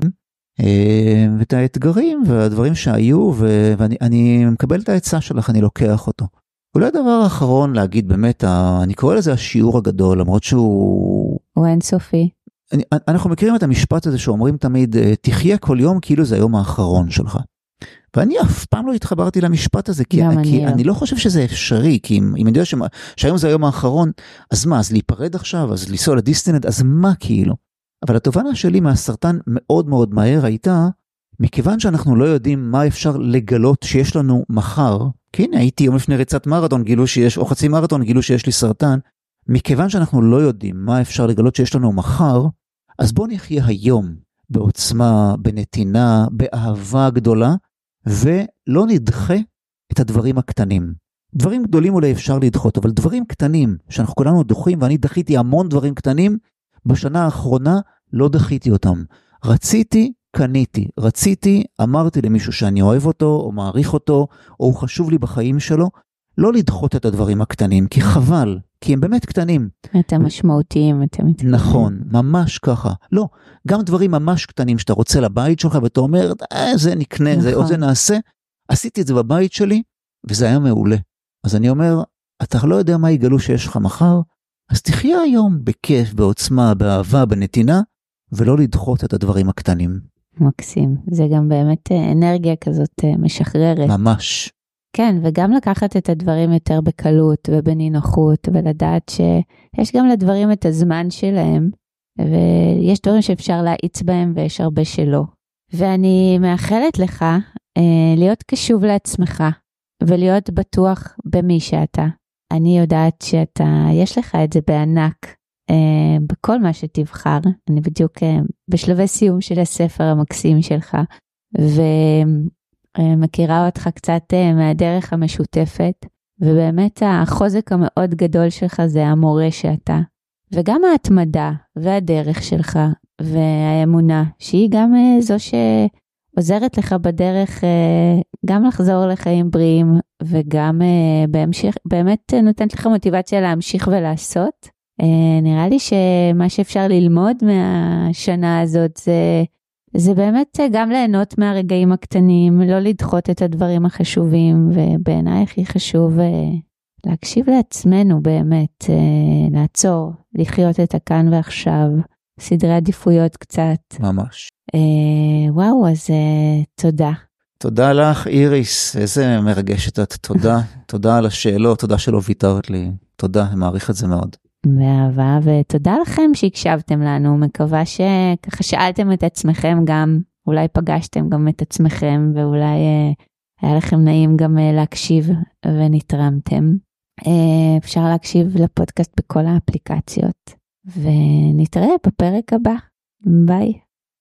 ואת האתגרים והדברים שהיו, ואני מקבל את העצה שלך, אני לוקח אותו. אולי הדבר האחרון להגיד באמת, אני קורא לזה השיעור הגדול, למרות שהוא... הוא אינסופי. אנחנו מכירים את המשפט הזה שאומרים תמיד, תחיה כל יום כאילו זה היום האחרון שלך. ואני אף פעם לא התחברתי למשפט הזה, כי אני לא חושב שזה אפשרי, כי אם אני יודע שהיום זה היום האחרון, אז מה, אז להיפרד עכשיו, אז לנסוע לדיסנילנד, אז מה כאילו? אבל התובנה שלי מהסרטן מאוד מאוד מהר הייתה, מכיוון שאנחנו לא יודעים מה אפשר לגלות שיש לנו מחר, כי הנה הייתי יום לפני ריצת מרתון, גילו שיש, או חצי מרתון, גילו שיש לי סרטן, מכיוון שאנחנו לא יודעים מה אפשר לגלות שיש לנו מחר, אז בוא נחיה היום, בעוצמה, בנתינה, באהבה גדולה, ולא נדחה את הדברים הקטנים. דברים גדולים אולי אפשר לדחות, אבל דברים קטנים שאנחנו כולנו דוחים, ואני דחיתי המון דברים קטנים, בשנה האחרונה לא דחיתי אותם. רציתי, קניתי. רציתי, אמרתי למישהו שאני אוהב אותו, או מעריך אותו, או הוא חשוב לי בחיים שלו, לא לדחות את הדברים הקטנים, כי חבל, כי הם באמת קטנים. אתם משמעותיים, אתם מתקנים. נכון, ממש ככה. לא, גם דברים ממש קטנים שאתה רוצה לבית שלך, ואתה אומר, זה נקנה, נכון. או זה נעשה. עשיתי את זה בבית שלי, וזה היה מעולה. אז אני אומר, אתה לא יודע מה יגלו שיש לך מחר, אז תחיה היום בכיף, בעוצמה, באהבה, בנתינה, ולא לדחות את הדברים הקטנים. מקסים. זה גם באמת אנרגיה כזאת משחררת. ממש. כן, וגם לקחת את הדברים יותר בקלות ובנינוחות, ולדעת שיש גם לדברים את הזמן שלהם, ויש דברים שאפשר להאיץ בהם, ויש הרבה שלא. ואני מאחלת לך להיות קשוב לעצמך, ולהיות בטוח במי שאתה. אני יודעת יש לך את זה בענק, בכל מה שתבחר. אני בדיוק בשלבי סיום של הספר המקסים שלך, מכירה אותך קצת מהדרך המשותפת, ובאמת החוזק המאוד גדול שלך זה המורה שאתה, וגם ההתמדה והדרך שלך, והאמונה, שהיא גם זו שעוזרת לך בדרך, גם לחזור לחיים בריאים, וגם בהמשך, באמת נותנת לך מוטיבציה להמשיך ולעשות. נראה לי שמה שאפשר ללמוד מהשנה הזאת זה באמת גם ליהנות מהרגעים הקטנים, לא לדחות את הדברים החשובים, ובעיניי הכי חשוב להקשיב לעצמנו באמת, לעצור, לחיות את הכאן ועכשיו, סדרי עדיפויות קצת. ממש. וואו, אז תודה. תודה לך איריס, איזה מרגשת את, תודה, תודה על השאלות, תודה שלא ויתרת לי, תודה, אני מעריך את זה מאוד. באהבה, ותודה לכם שהקשבתם לנו, מקווה שככה שאלתם את עצמכם גם, אולי פגשתם גם את עצמכם, ואולי היה לכם נעים גם להקשיב ונתרמתם. אפשר להקשיב לפודקאסט בכל האפליקציות, ונתראה בפרק הבא. ביי.